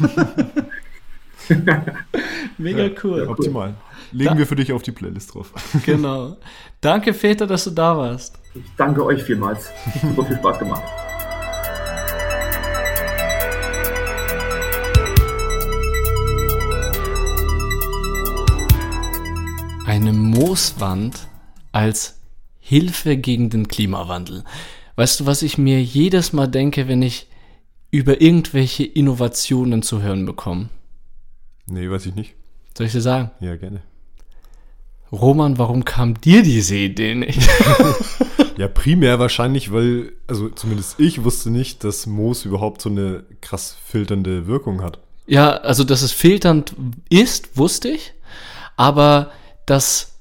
Speaker 3: Mega cool.
Speaker 2: Ja, optimal. Legen da- wir für dich auf die Playlist drauf.
Speaker 3: Genau. Danke, Peter, dass du da warst.
Speaker 4: Ich danke euch vielmals. Super viel Spaß gemacht.
Speaker 3: Eine Mooswand als Hilfe gegen den Klimawandel. Weißt du, was ich mir jedes Mal denke, wenn ich über irgendwelche Innovationen zu hören bekomme?
Speaker 2: Nee, weiß ich nicht.
Speaker 3: Soll ich dir sagen?
Speaker 2: Ja, gerne.
Speaker 3: Roman, warum kam dir diese Idee nicht?
Speaker 2: Ja, primär wahrscheinlich, weil, also zumindest ich wusste nicht, dass Moos überhaupt so eine krass filternde Wirkung hat.
Speaker 3: Ja, also dass es filternd ist, wusste ich, aber dass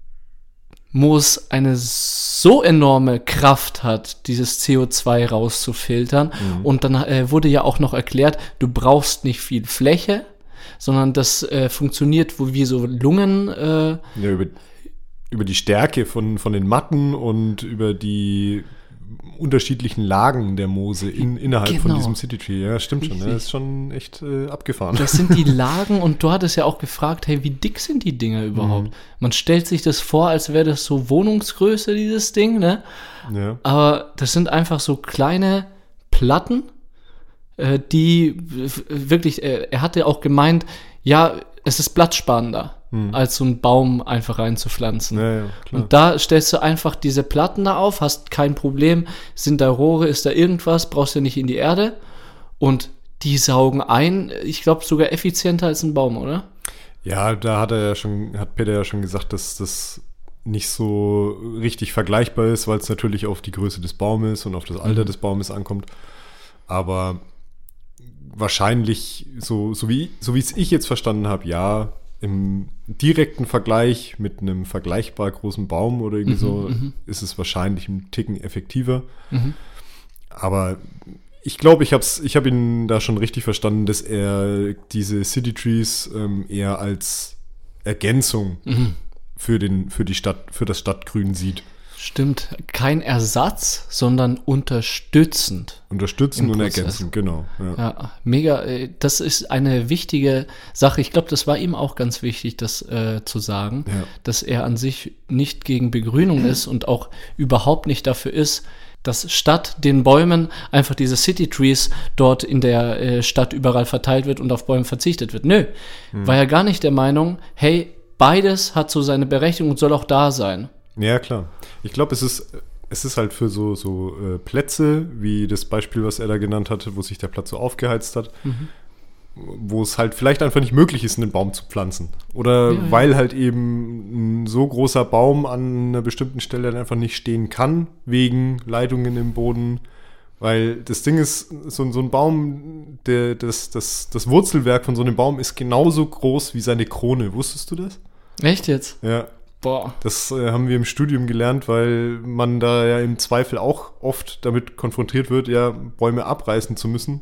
Speaker 3: Moos eine so enorme Kraft hat, dieses C O zwei rauszufiltern. Mhm. Und dann äh, wurde ja auch noch erklärt, du brauchst nicht viel Fläche, sondern das äh, funktioniert, wo wir so Lungen... Äh,
Speaker 2: ja, über, über die Stärke von, von den Matten und über die unterschiedlichen Lagen der Moose in, innerhalb genau. von diesem City Tree. Ja, stimmt Richtig. schon. Das ist schon echt äh, abgefahren.
Speaker 3: Das sind die Lagen und du hattest ja auch gefragt, hey, wie dick sind die Dinger überhaupt? Mhm. Man stellt sich das vor, als wäre das so Wohnungsgröße, dieses Ding, ne? Ja. Aber das sind einfach so kleine Platten, äh, die wirklich, äh, er hatte auch gemeint, ja, es ist platzsparender, hm. als so einen Baum einfach reinzupflanzen.
Speaker 2: Ja, ja, klar.
Speaker 3: Und da stellst du einfach diese Platten da auf, hast kein Problem, sind da Rohre, ist da irgendwas, brauchst du nicht in die Erde und die saugen ein, ich glaube sogar effizienter als ein Baum, oder?
Speaker 2: Ja, da hat er ja schon, hat Peter ja schon gesagt, dass das nicht so richtig vergleichbar ist, weil es natürlich auf die Größe des Baumes und auf das Alter mhm. des Baumes ankommt. Aber wahrscheinlich, so, so wie so wie es ich jetzt verstanden habe, ja, im direkten Vergleich mit einem vergleichbar großen Baum oder irgendwie mhm, so, m- ist es wahrscheinlich ein Ticken effektiver. Mhm. Aber ich glaube, ich habe ich hab ihn da schon richtig verstanden, dass er diese City Trees ähm, eher als Ergänzung
Speaker 3: mhm.
Speaker 2: für, den, für, die Stadt, für das Stadtgrün sieht.
Speaker 3: Stimmt, kein Ersatz, sondern unterstützend.
Speaker 2: Unterstützend und ergänzend, genau. Ja.
Speaker 3: Ja, mega, das ist eine wichtige Sache. Ich glaube, das war ihm auch ganz wichtig, das äh, zu sagen, ja. dass er an sich nicht gegen Begrünung ist und auch überhaupt nicht dafür ist, dass statt den Bäumen einfach diese City Trees dort in der äh, Stadt überall verteilt wird und auf Bäume verzichtet wird. Nö, hm. war ja gar nicht der Meinung, hey, beides hat so seine Berechtigung und soll auch da sein.
Speaker 2: Ja, klar. Ich glaube, es ist, es ist halt für so, so äh, Plätze, wie das Beispiel, was er da genannt hatte, wo sich der Platz so aufgeheizt hat, mhm. wo es halt vielleicht einfach nicht möglich ist, einen Baum zu pflanzen. Oder ja, weil ja. halt eben ein so großer Baum an einer bestimmten Stelle dann einfach nicht stehen kann, wegen Leitungen im Boden. Weil das Ding ist, so, so ein Baum, der, das, das, das Wurzelwerk von so einem Baum ist genauso groß wie seine Krone. Wusstest du das?
Speaker 3: Echt jetzt?
Speaker 2: Ja.
Speaker 3: Boah.
Speaker 2: Das äh, haben wir im Studium gelernt, weil man da ja im Zweifel auch oft damit konfrontiert wird, ja, Bäume abreißen zu müssen.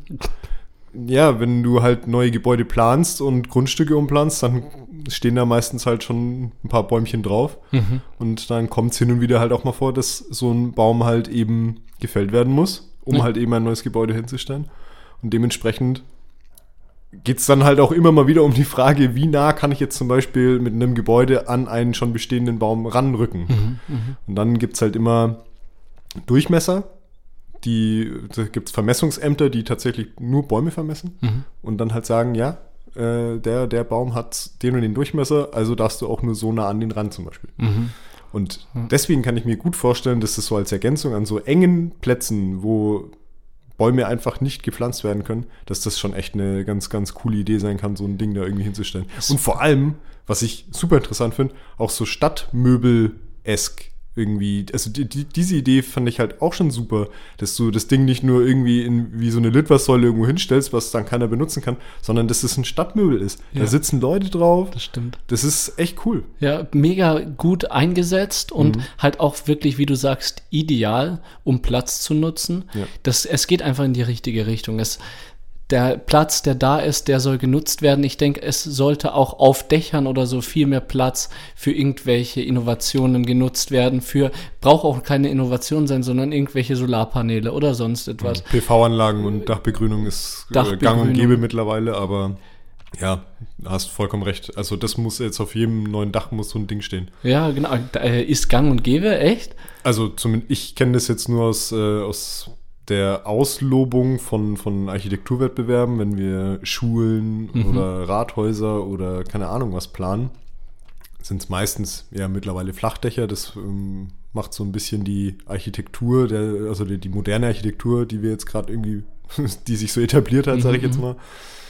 Speaker 2: Ja, wenn du halt neue Gebäude planst und Grundstücke umplanst, dann stehen da meistens halt schon ein paar Bäumchen drauf. Mhm. Und dann kommt es hin und wieder halt auch mal vor, dass so ein Baum halt eben gefällt werden muss, um ja. halt eben ein neues Gebäude hinzustellen. Und dementsprechend geht es dann halt auch immer mal wieder um die Frage, wie nah kann ich jetzt zum Beispiel mit einem Gebäude an einen schon bestehenden Baum ranrücken. Mhm, mh. Und dann gibt es halt immer Durchmesser, die, da gibt es Vermessungsämter, die tatsächlich nur Bäume vermessen mhm. und dann halt sagen, ja, äh, der, der Baum hat den und den Durchmesser, also darfst du auch nur so nah an den Rand zum Beispiel. Mhm. Und mhm. deswegen kann ich mir gut vorstellen, dass das so als Ergänzung an so engen Plätzen, wo Bäume einfach nicht gepflanzt werden können, dass das schon echt eine ganz, ganz coole Idee sein kann, so ein Ding da irgendwie hinzustellen. Und vor allem, was ich super interessant finde, auch so Stadtmöbel-esk irgendwie, also die, die, diese Idee fand ich halt auch schon super, dass du das Ding nicht nur irgendwie in wie so eine Litfaßsäule irgendwo hinstellst, was dann keiner benutzen kann, sondern dass es ein Stadtmöbel ist. Ja. Da sitzen Leute drauf.
Speaker 3: Das stimmt.
Speaker 2: Das ist echt cool.
Speaker 3: Ja, mega gut eingesetzt und mhm. halt auch wirklich, wie du sagst, ideal, um Platz zu nutzen. Ja. Das, es geht einfach in die richtige Richtung. Es Der Platz, der da ist, der soll genutzt werden. Ich denke, es sollte auch auf Dächern oder so viel mehr Platz für irgendwelche Innovationen genutzt werden. Für braucht auch keine Innovation sein, sondern irgendwelche Solarpaneele oder sonst etwas.
Speaker 2: P V-Anlagen und Dachbegrünung ist Dachbegrünung. Gang und Gäbe mittlerweile, aber ja, hast vollkommen recht. Also das muss jetzt auf jedem neuen Dach muss so ein Ding stehen.
Speaker 3: Ja, genau. Ist Gang und Gäbe, echt?
Speaker 2: Also zumindest ich kenne das jetzt nur aus, äh, aus der Auslobung von, von Architekturwettbewerben, wenn wir Schulen mhm. oder Rathäuser oder keine Ahnung was planen, sind es meistens ja mittlerweile Flachdächer. Das ähm, macht so ein bisschen die Architektur, der, also die, die moderne Architektur, die wir jetzt gerade irgendwie, die sich so etabliert hat, sage ich jetzt mal.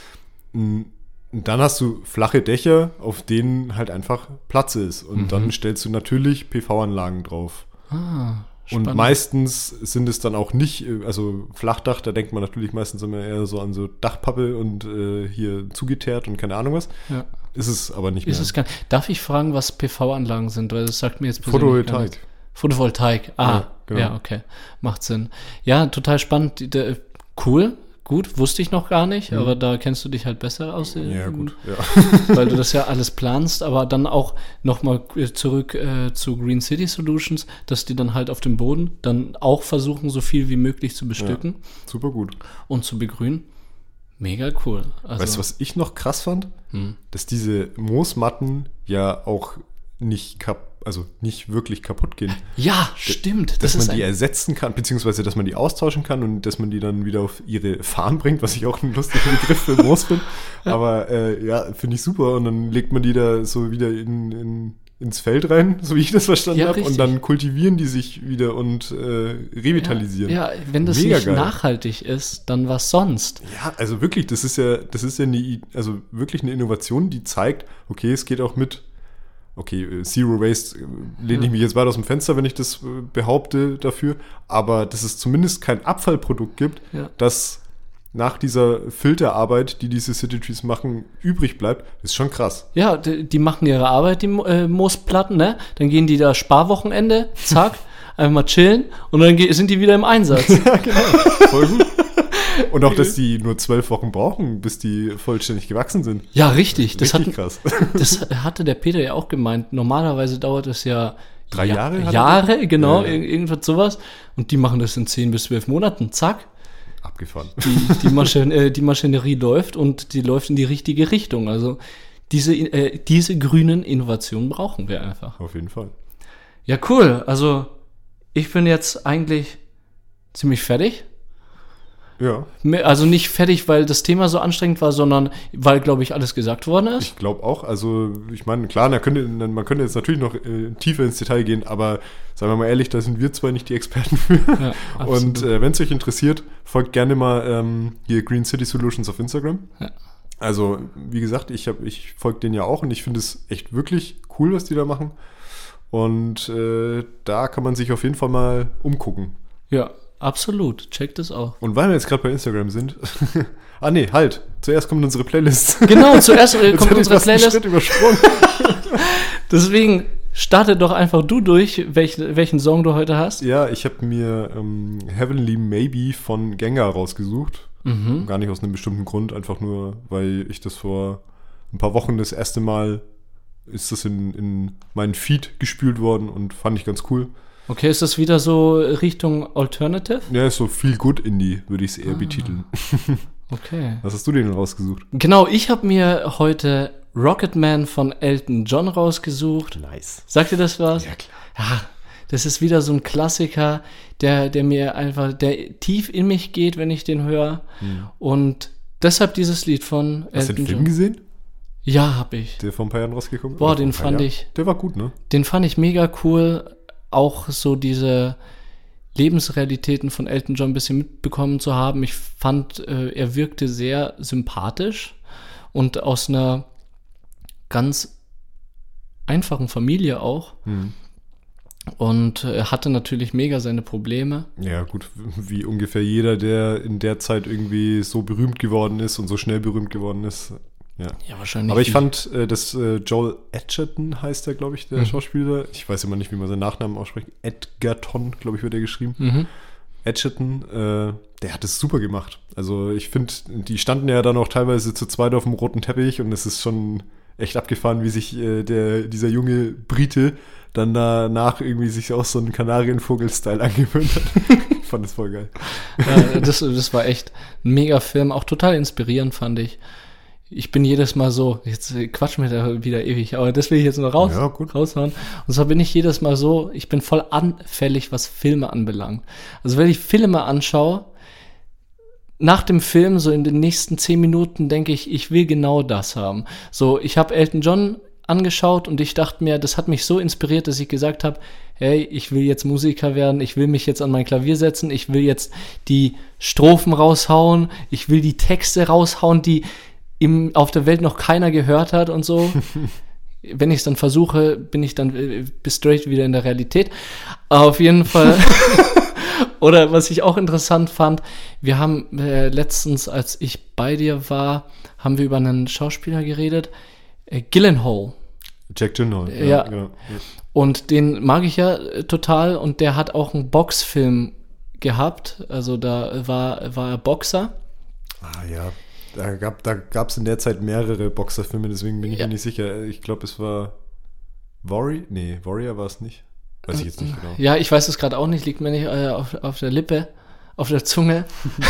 Speaker 2: Und dann hast du flache Dächer, auf denen halt einfach Platz ist. Und mhm. dann stellst du natürlich P V-Anlagen drauf.
Speaker 3: Ah. Spannend.
Speaker 2: Und meistens sind es dann auch nicht, also Flachdach, da denkt man natürlich meistens immer eher so an so Dachpappe und äh, hier zugeteert und keine Ahnung was. Ja. Ist es aber nicht
Speaker 3: ist
Speaker 2: mehr.
Speaker 3: Es gar, darf ich fragen, was P V-Anlagen sind? Weil das sagt mir jetzt persönlich
Speaker 2: Photovoltaik.
Speaker 3: Photovoltaik, ah, ja, genau. Ja, okay, macht Sinn. Ja, total spannend, der, cool. Gut, wusste ich noch gar nicht, mhm. aber da kennst du dich halt besser aus.
Speaker 2: Ja, gut, ja.
Speaker 3: Weil du das ja alles planst, aber dann auch nochmal zurück äh, zu Green City Solutions, dass die dann halt auf dem Boden dann auch versuchen, so viel wie möglich zu bestücken.
Speaker 2: Ja, super gut.
Speaker 3: Und zu begrünen. Mega cool. Also,
Speaker 2: weißt du, was ich noch krass fand?
Speaker 3: Hm.
Speaker 2: Dass diese Moosmatten ja auch nicht kaputt also nicht wirklich kaputt gehen.
Speaker 3: Ja, stimmt.
Speaker 2: Dass
Speaker 3: das
Speaker 2: man die ersetzen kann, beziehungsweise dass man die austauschen kann und dass man die dann wieder auf ihre Farm bringt, was ich auch einen lustigen Begriff für Moos finde. Ja. Aber äh, ja, finde ich super. Und dann legt man die da so wieder in, in, ins Feld rein, so wie ich das verstanden ja, habe. Und dann kultivieren die sich wieder und äh, revitalisieren.
Speaker 3: Ja, ja, wenn das Mega nicht geil. nachhaltig ist, dann was sonst?
Speaker 2: Ja, also wirklich, das ist ja, das ist ja eine, also wirklich eine Innovation, die zeigt, okay, es geht auch mit Okay, Zero Waste lehne ich mich jetzt weit aus dem Fenster, wenn ich das behaupte dafür, aber dass es zumindest kein Abfallprodukt gibt, ja. das nach dieser Filterarbeit, die diese City Trees machen, übrig bleibt, ist schon krass.
Speaker 3: Ja, die, die machen ihre Arbeit, die äh, Moosplatten, ne? Dann gehen die da Sparwochenende, zack, einfach mal chillen und dann ge- sind die wieder im Einsatz.
Speaker 2: Ja, genau, voll gut. Und auch, dass die nur zwölf Wochen brauchen, bis die vollständig gewachsen sind.
Speaker 3: Ja, richtig. Das
Speaker 2: Richtig
Speaker 3: hat,
Speaker 2: krass.
Speaker 3: Das hatte der Peter ja auch gemeint. Normalerweise dauert es ja
Speaker 2: Drei
Speaker 3: ja,
Speaker 2: Jahre? hat
Speaker 3: Jahre,
Speaker 2: er?
Speaker 3: genau,
Speaker 2: Ja, ja.
Speaker 3: ir- irgendwas sowas. Und die machen das in zehn bis zwölf Monaten. Zack.
Speaker 2: Abgefahren.
Speaker 3: Die, die, Maschin äh, die Maschinerie läuft und die läuft in die richtige Richtung. Also diese, äh, diese grünen Innovationen brauchen wir einfach.
Speaker 2: Auf jeden Fall.
Speaker 3: Ja, cool. Also ich bin jetzt eigentlich ziemlich fertig.
Speaker 2: Ja,
Speaker 3: Also nicht fertig, weil das Thema so anstrengend war, sondern weil, glaube ich, alles gesagt worden ist.
Speaker 2: ich glaube auch. Also, ich meine, klar, man könnte, man könnte jetzt natürlich noch äh, tiefer ins Detail gehen, aber sagen wir mal ehrlich, da sind wir zwar nicht die Experten für.
Speaker 3: Ja, absolut.
Speaker 2: Und äh, wenn es euch interessiert, folgt gerne mal ähm, hier Green City Solutions auf Instagram.
Speaker 3: Ja.
Speaker 2: Also, wie gesagt, ich, hab- ich folge denen ja auch und ich finde es echt wirklich cool, was die da machen. Und äh, da kann man sich auf jeden Fall mal umgucken.
Speaker 3: Ja, absolut. Checkt es auch.
Speaker 2: Und weil wir jetzt gerade bei Instagram sind, ah nee, halt, zuerst kommt unsere Playlist.
Speaker 3: Genau, zuerst äh,
Speaker 2: Jetzt
Speaker 3: kommt
Speaker 2: hätte ich
Speaker 3: unsere
Speaker 2: fast einen
Speaker 3: Playlist.
Speaker 2: Schritt übersprungen.
Speaker 3: Deswegen starte doch einfach du durch, welchen, welchen Song du heute hast.
Speaker 2: Ja, ich habe mir ähm, Heavenly Maybe von Gengar rausgesucht.
Speaker 3: Mhm.
Speaker 2: Gar nicht aus einem bestimmten Grund, einfach nur, weil ich das vor ein paar Wochen das erste Mal ist das in, in meinen Feed gespült worden und fand ich ganz cool.
Speaker 3: Okay, ist das wieder so Richtung Alternative?
Speaker 2: Ja, ist so viel Good Indie, würde ich es eher betiteln.
Speaker 3: Okay.
Speaker 2: Was hast du denn rausgesucht?
Speaker 3: Genau, ich habe mir heute Rocketman von Elton John rausgesucht.
Speaker 2: Nice.
Speaker 3: Sagt dir das was?
Speaker 2: Ja, klar.
Speaker 3: Ja, das ist wieder so ein Klassiker, der, der mir einfach, der tief in mich geht, wenn ich den höre. Und deshalb dieses Lied von
Speaker 2: Hast du
Speaker 3: Elton
Speaker 2: den Film
Speaker 3: John.
Speaker 2: gesehen,
Speaker 3: Ja, hab ich.
Speaker 2: der vor ein paar Jahren rausgekommen ist?
Speaker 3: Boah,
Speaker 2: Oder vor
Speaker 3: den
Speaker 2: ein paar
Speaker 3: fand
Speaker 2: Jahren?
Speaker 3: ich-
Speaker 2: Der war gut, ne?
Speaker 3: Den fand ich mega cool, auch so diese Lebensrealitäten von Elton John ein bisschen mitbekommen zu haben. Ich fand, äh, er wirkte sehr sympathisch und aus einer ganz einfachen Familie auch.
Speaker 2: Hm.
Speaker 3: Und er hatte natürlich mega seine Probleme.
Speaker 2: Ja, gut, wie ungefähr jeder, der in der Zeit irgendwie so berühmt geworden ist und so schnell berühmt geworden ist. Ja.
Speaker 3: Ja, wahrscheinlich.
Speaker 2: Aber ich
Speaker 3: wie-
Speaker 2: fand, äh, dass äh, Joel Edgerton heißt er, glaube ich, der
Speaker 3: Mhm.
Speaker 2: Schauspieler. Ich weiß immer nicht, wie man seinen Nachnamen ausspricht. Edgerton, glaube ich, wird er geschrieben.
Speaker 3: Mhm.
Speaker 2: Edgerton, äh, der hat es super gemacht. Also ich finde, die standen ja dann auch teilweise zu zweit auf dem roten Teppich und es ist schon echt abgefahren, wie sich äh, der, dieser junge Brite dann danach irgendwie sich auch so einen Kanarienvogel-Style angewöhnt hat. Ich fand das voll geil.
Speaker 3: Ja, das, das war echt ein mega Film, auch total inspirierend, fand ich. Ich bin jedes Mal so, jetzt quatsch mir da wieder ewig, aber das will ich jetzt noch raus,
Speaker 2: Ja, gut.
Speaker 3: raushauen. Und zwar bin ich jedes Mal so, ich bin voll anfällig, was Filme anbelangt. Also wenn ich Filme anschaue, nach dem Film, so in den nächsten zehn Minuten, denke ich, ich will genau das haben. So, ich habe Elton John angeschaut und ich dachte mir, das hat mich so inspiriert, dass ich gesagt habe, hey, ich will jetzt Musiker werden, ich will mich jetzt an mein Klavier setzen, ich will jetzt die Strophen raushauen, ich will die Texte raushauen, die im, auf der Welt noch keiner gehört hat und so. Wenn ich es dann versuche, bin ich dann äh, bis straight wieder in der Realität. Auf jeden Fall. Oder was ich auch interessant fand, wir haben äh, letztens, als ich bei dir war, haben wir über einen Schauspieler geredet, äh, Gyllenhaal.
Speaker 2: Jack Gyllenhaal.
Speaker 3: Ja.
Speaker 2: Genau. Ja.
Speaker 3: Und den mag ich ja äh, total und der hat auch einen Boxfilm gehabt. Also da war, war er Boxer.
Speaker 2: Ah ja, da gab da gab's in der Zeit mehrere Boxerfilme, deswegen bin ich
Speaker 3: Ja.
Speaker 2: mir nicht sicher. Ich glaube, es war Warrior? Nee, Warrior war es nicht. Weiß ich jetzt nicht genau.
Speaker 3: Ja, ich weiß es gerade auch nicht, liegt mir nicht äh, auf, auf der Lippe, auf der Zunge.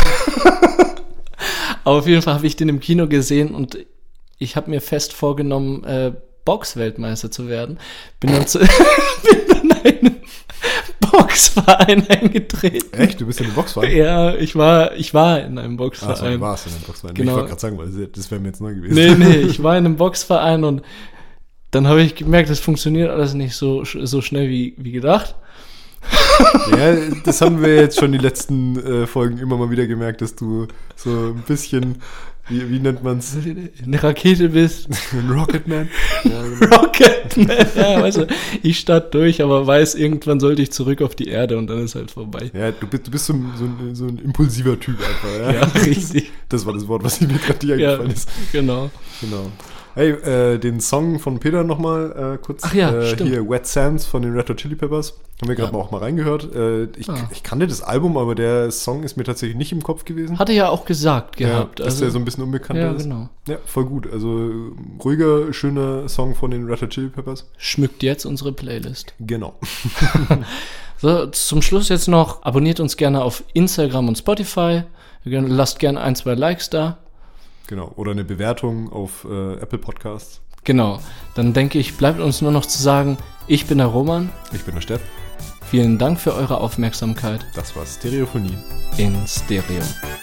Speaker 3: Aber auf jeden Fall habe ich den im Kino gesehen und ich habe mir fest vorgenommen, äh, Boxweltmeister zu werden. Bin dann, zu, bin dann einem Boxverein eingetreten.
Speaker 2: Echt? Du bist in einem Boxverein?
Speaker 3: Ja, ich war, ich war in einem
Speaker 2: Achso,
Speaker 3: Boxverein.
Speaker 2: du warst in einem Boxverein.
Speaker 3: Genau.
Speaker 2: Ich wollte gerade sagen, weil das wäre mir jetzt neu gewesen.
Speaker 3: Nee, nee, ich war in einem Boxverein und dann habe ich gemerkt, das funktioniert alles nicht so, so schnell wie, wie gedacht.
Speaker 2: Ja, das haben wir jetzt schon die letzten äh, Folgen immer mal wieder gemerkt, dass du so ein bisschen, wie, wie nennt man es?
Speaker 3: Eine Rakete bist.
Speaker 2: Ein Rocketman? Ja, genau.
Speaker 3: Rocketman. Ja, weißt du, ich starte durch, aber weiß, irgendwann sollte ich zurück auf die Erde und dann ist halt vorbei.
Speaker 2: Ja, du bist, du bist so, ein, so, ein, so ein impulsiver Typ einfach. Ja,
Speaker 3: Ja, richtig.
Speaker 2: Das war das Wort, was mir gerade nicht
Speaker 3: Ja,
Speaker 2: eingefallen ist.
Speaker 3: genau.
Speaker 2: Genau. Hey, äh, den Song von Peter nochmal äh, kurz.
Speaker 3: Ach ja,
Speaker 2: äh,
Speaker 3: stimmt.
Speaker 2: Hier, Wet Sands von den Red Hot Chili Peppers. Haben wir gerade
Speaker 3: Ja.
Speaker 2: mal auch mal reingehört. Äh, ich,
Speaker 3: Ah.
Speaker 2: ich kannte das Album, aber der Song ist mir tatsächlich nicht im Kopf gewesen.
Speaker 3: Hatte ja auch gesagt
Speaker 2: ja,
Speaker 3: gehabt.
Speaker 2: dass
Speaker 3: also,
Speaker 2: der so ein bisschen unbekannt
Speaker 3: ja,
Speaker 2: ist.
Speaker 3: genau.
Speaker 2: Ja, voll gut. Also äh, ruhiger, schöner Song von den Red Hot Chili Peppers.
Speaker 3: Schmückt jetzt unsere Playlist.
Speaker 2: Genau.
Speaker 3: So, zum Schluss jetzt noch, abonniert uns gerne auf Instagram und Spotify. Lasst gerne ein, zwei Likes da.
Speaker 2: Genau. Oder eine Bewertung auf äh, Apple Podcasts.
Speaker 3: Genau. Dann denke ich, bleibt uns nur noch zu sagen, ich bin der Roman.
Speaker 2: Ich bin der Steff.
Speaker 3: Vielen Dank für eure Aufmerksamkeit
Speaker 2: Das war Stereophonie.
Speaker 3: in Stereo.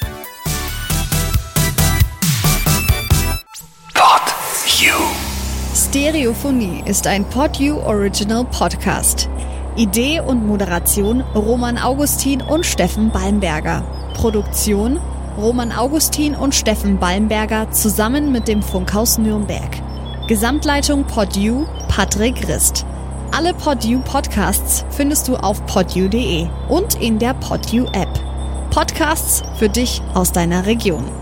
Speaker 5: Pod You.
Speaker 1: Stereophonie ist ein PodU Original Podcast. Idee und Moderation Roman Augustin und Steffen Balmberger. Produktion Roman Augustin und Steffen Balmberger zusammen mit dem Funkhaus Nürnberg. Gesamtleitung PodU Patrick Rist. Alle PodU Podcasts findest du auf podu punkt de und in der PodU App. Podcasts für dich aus deiner Region.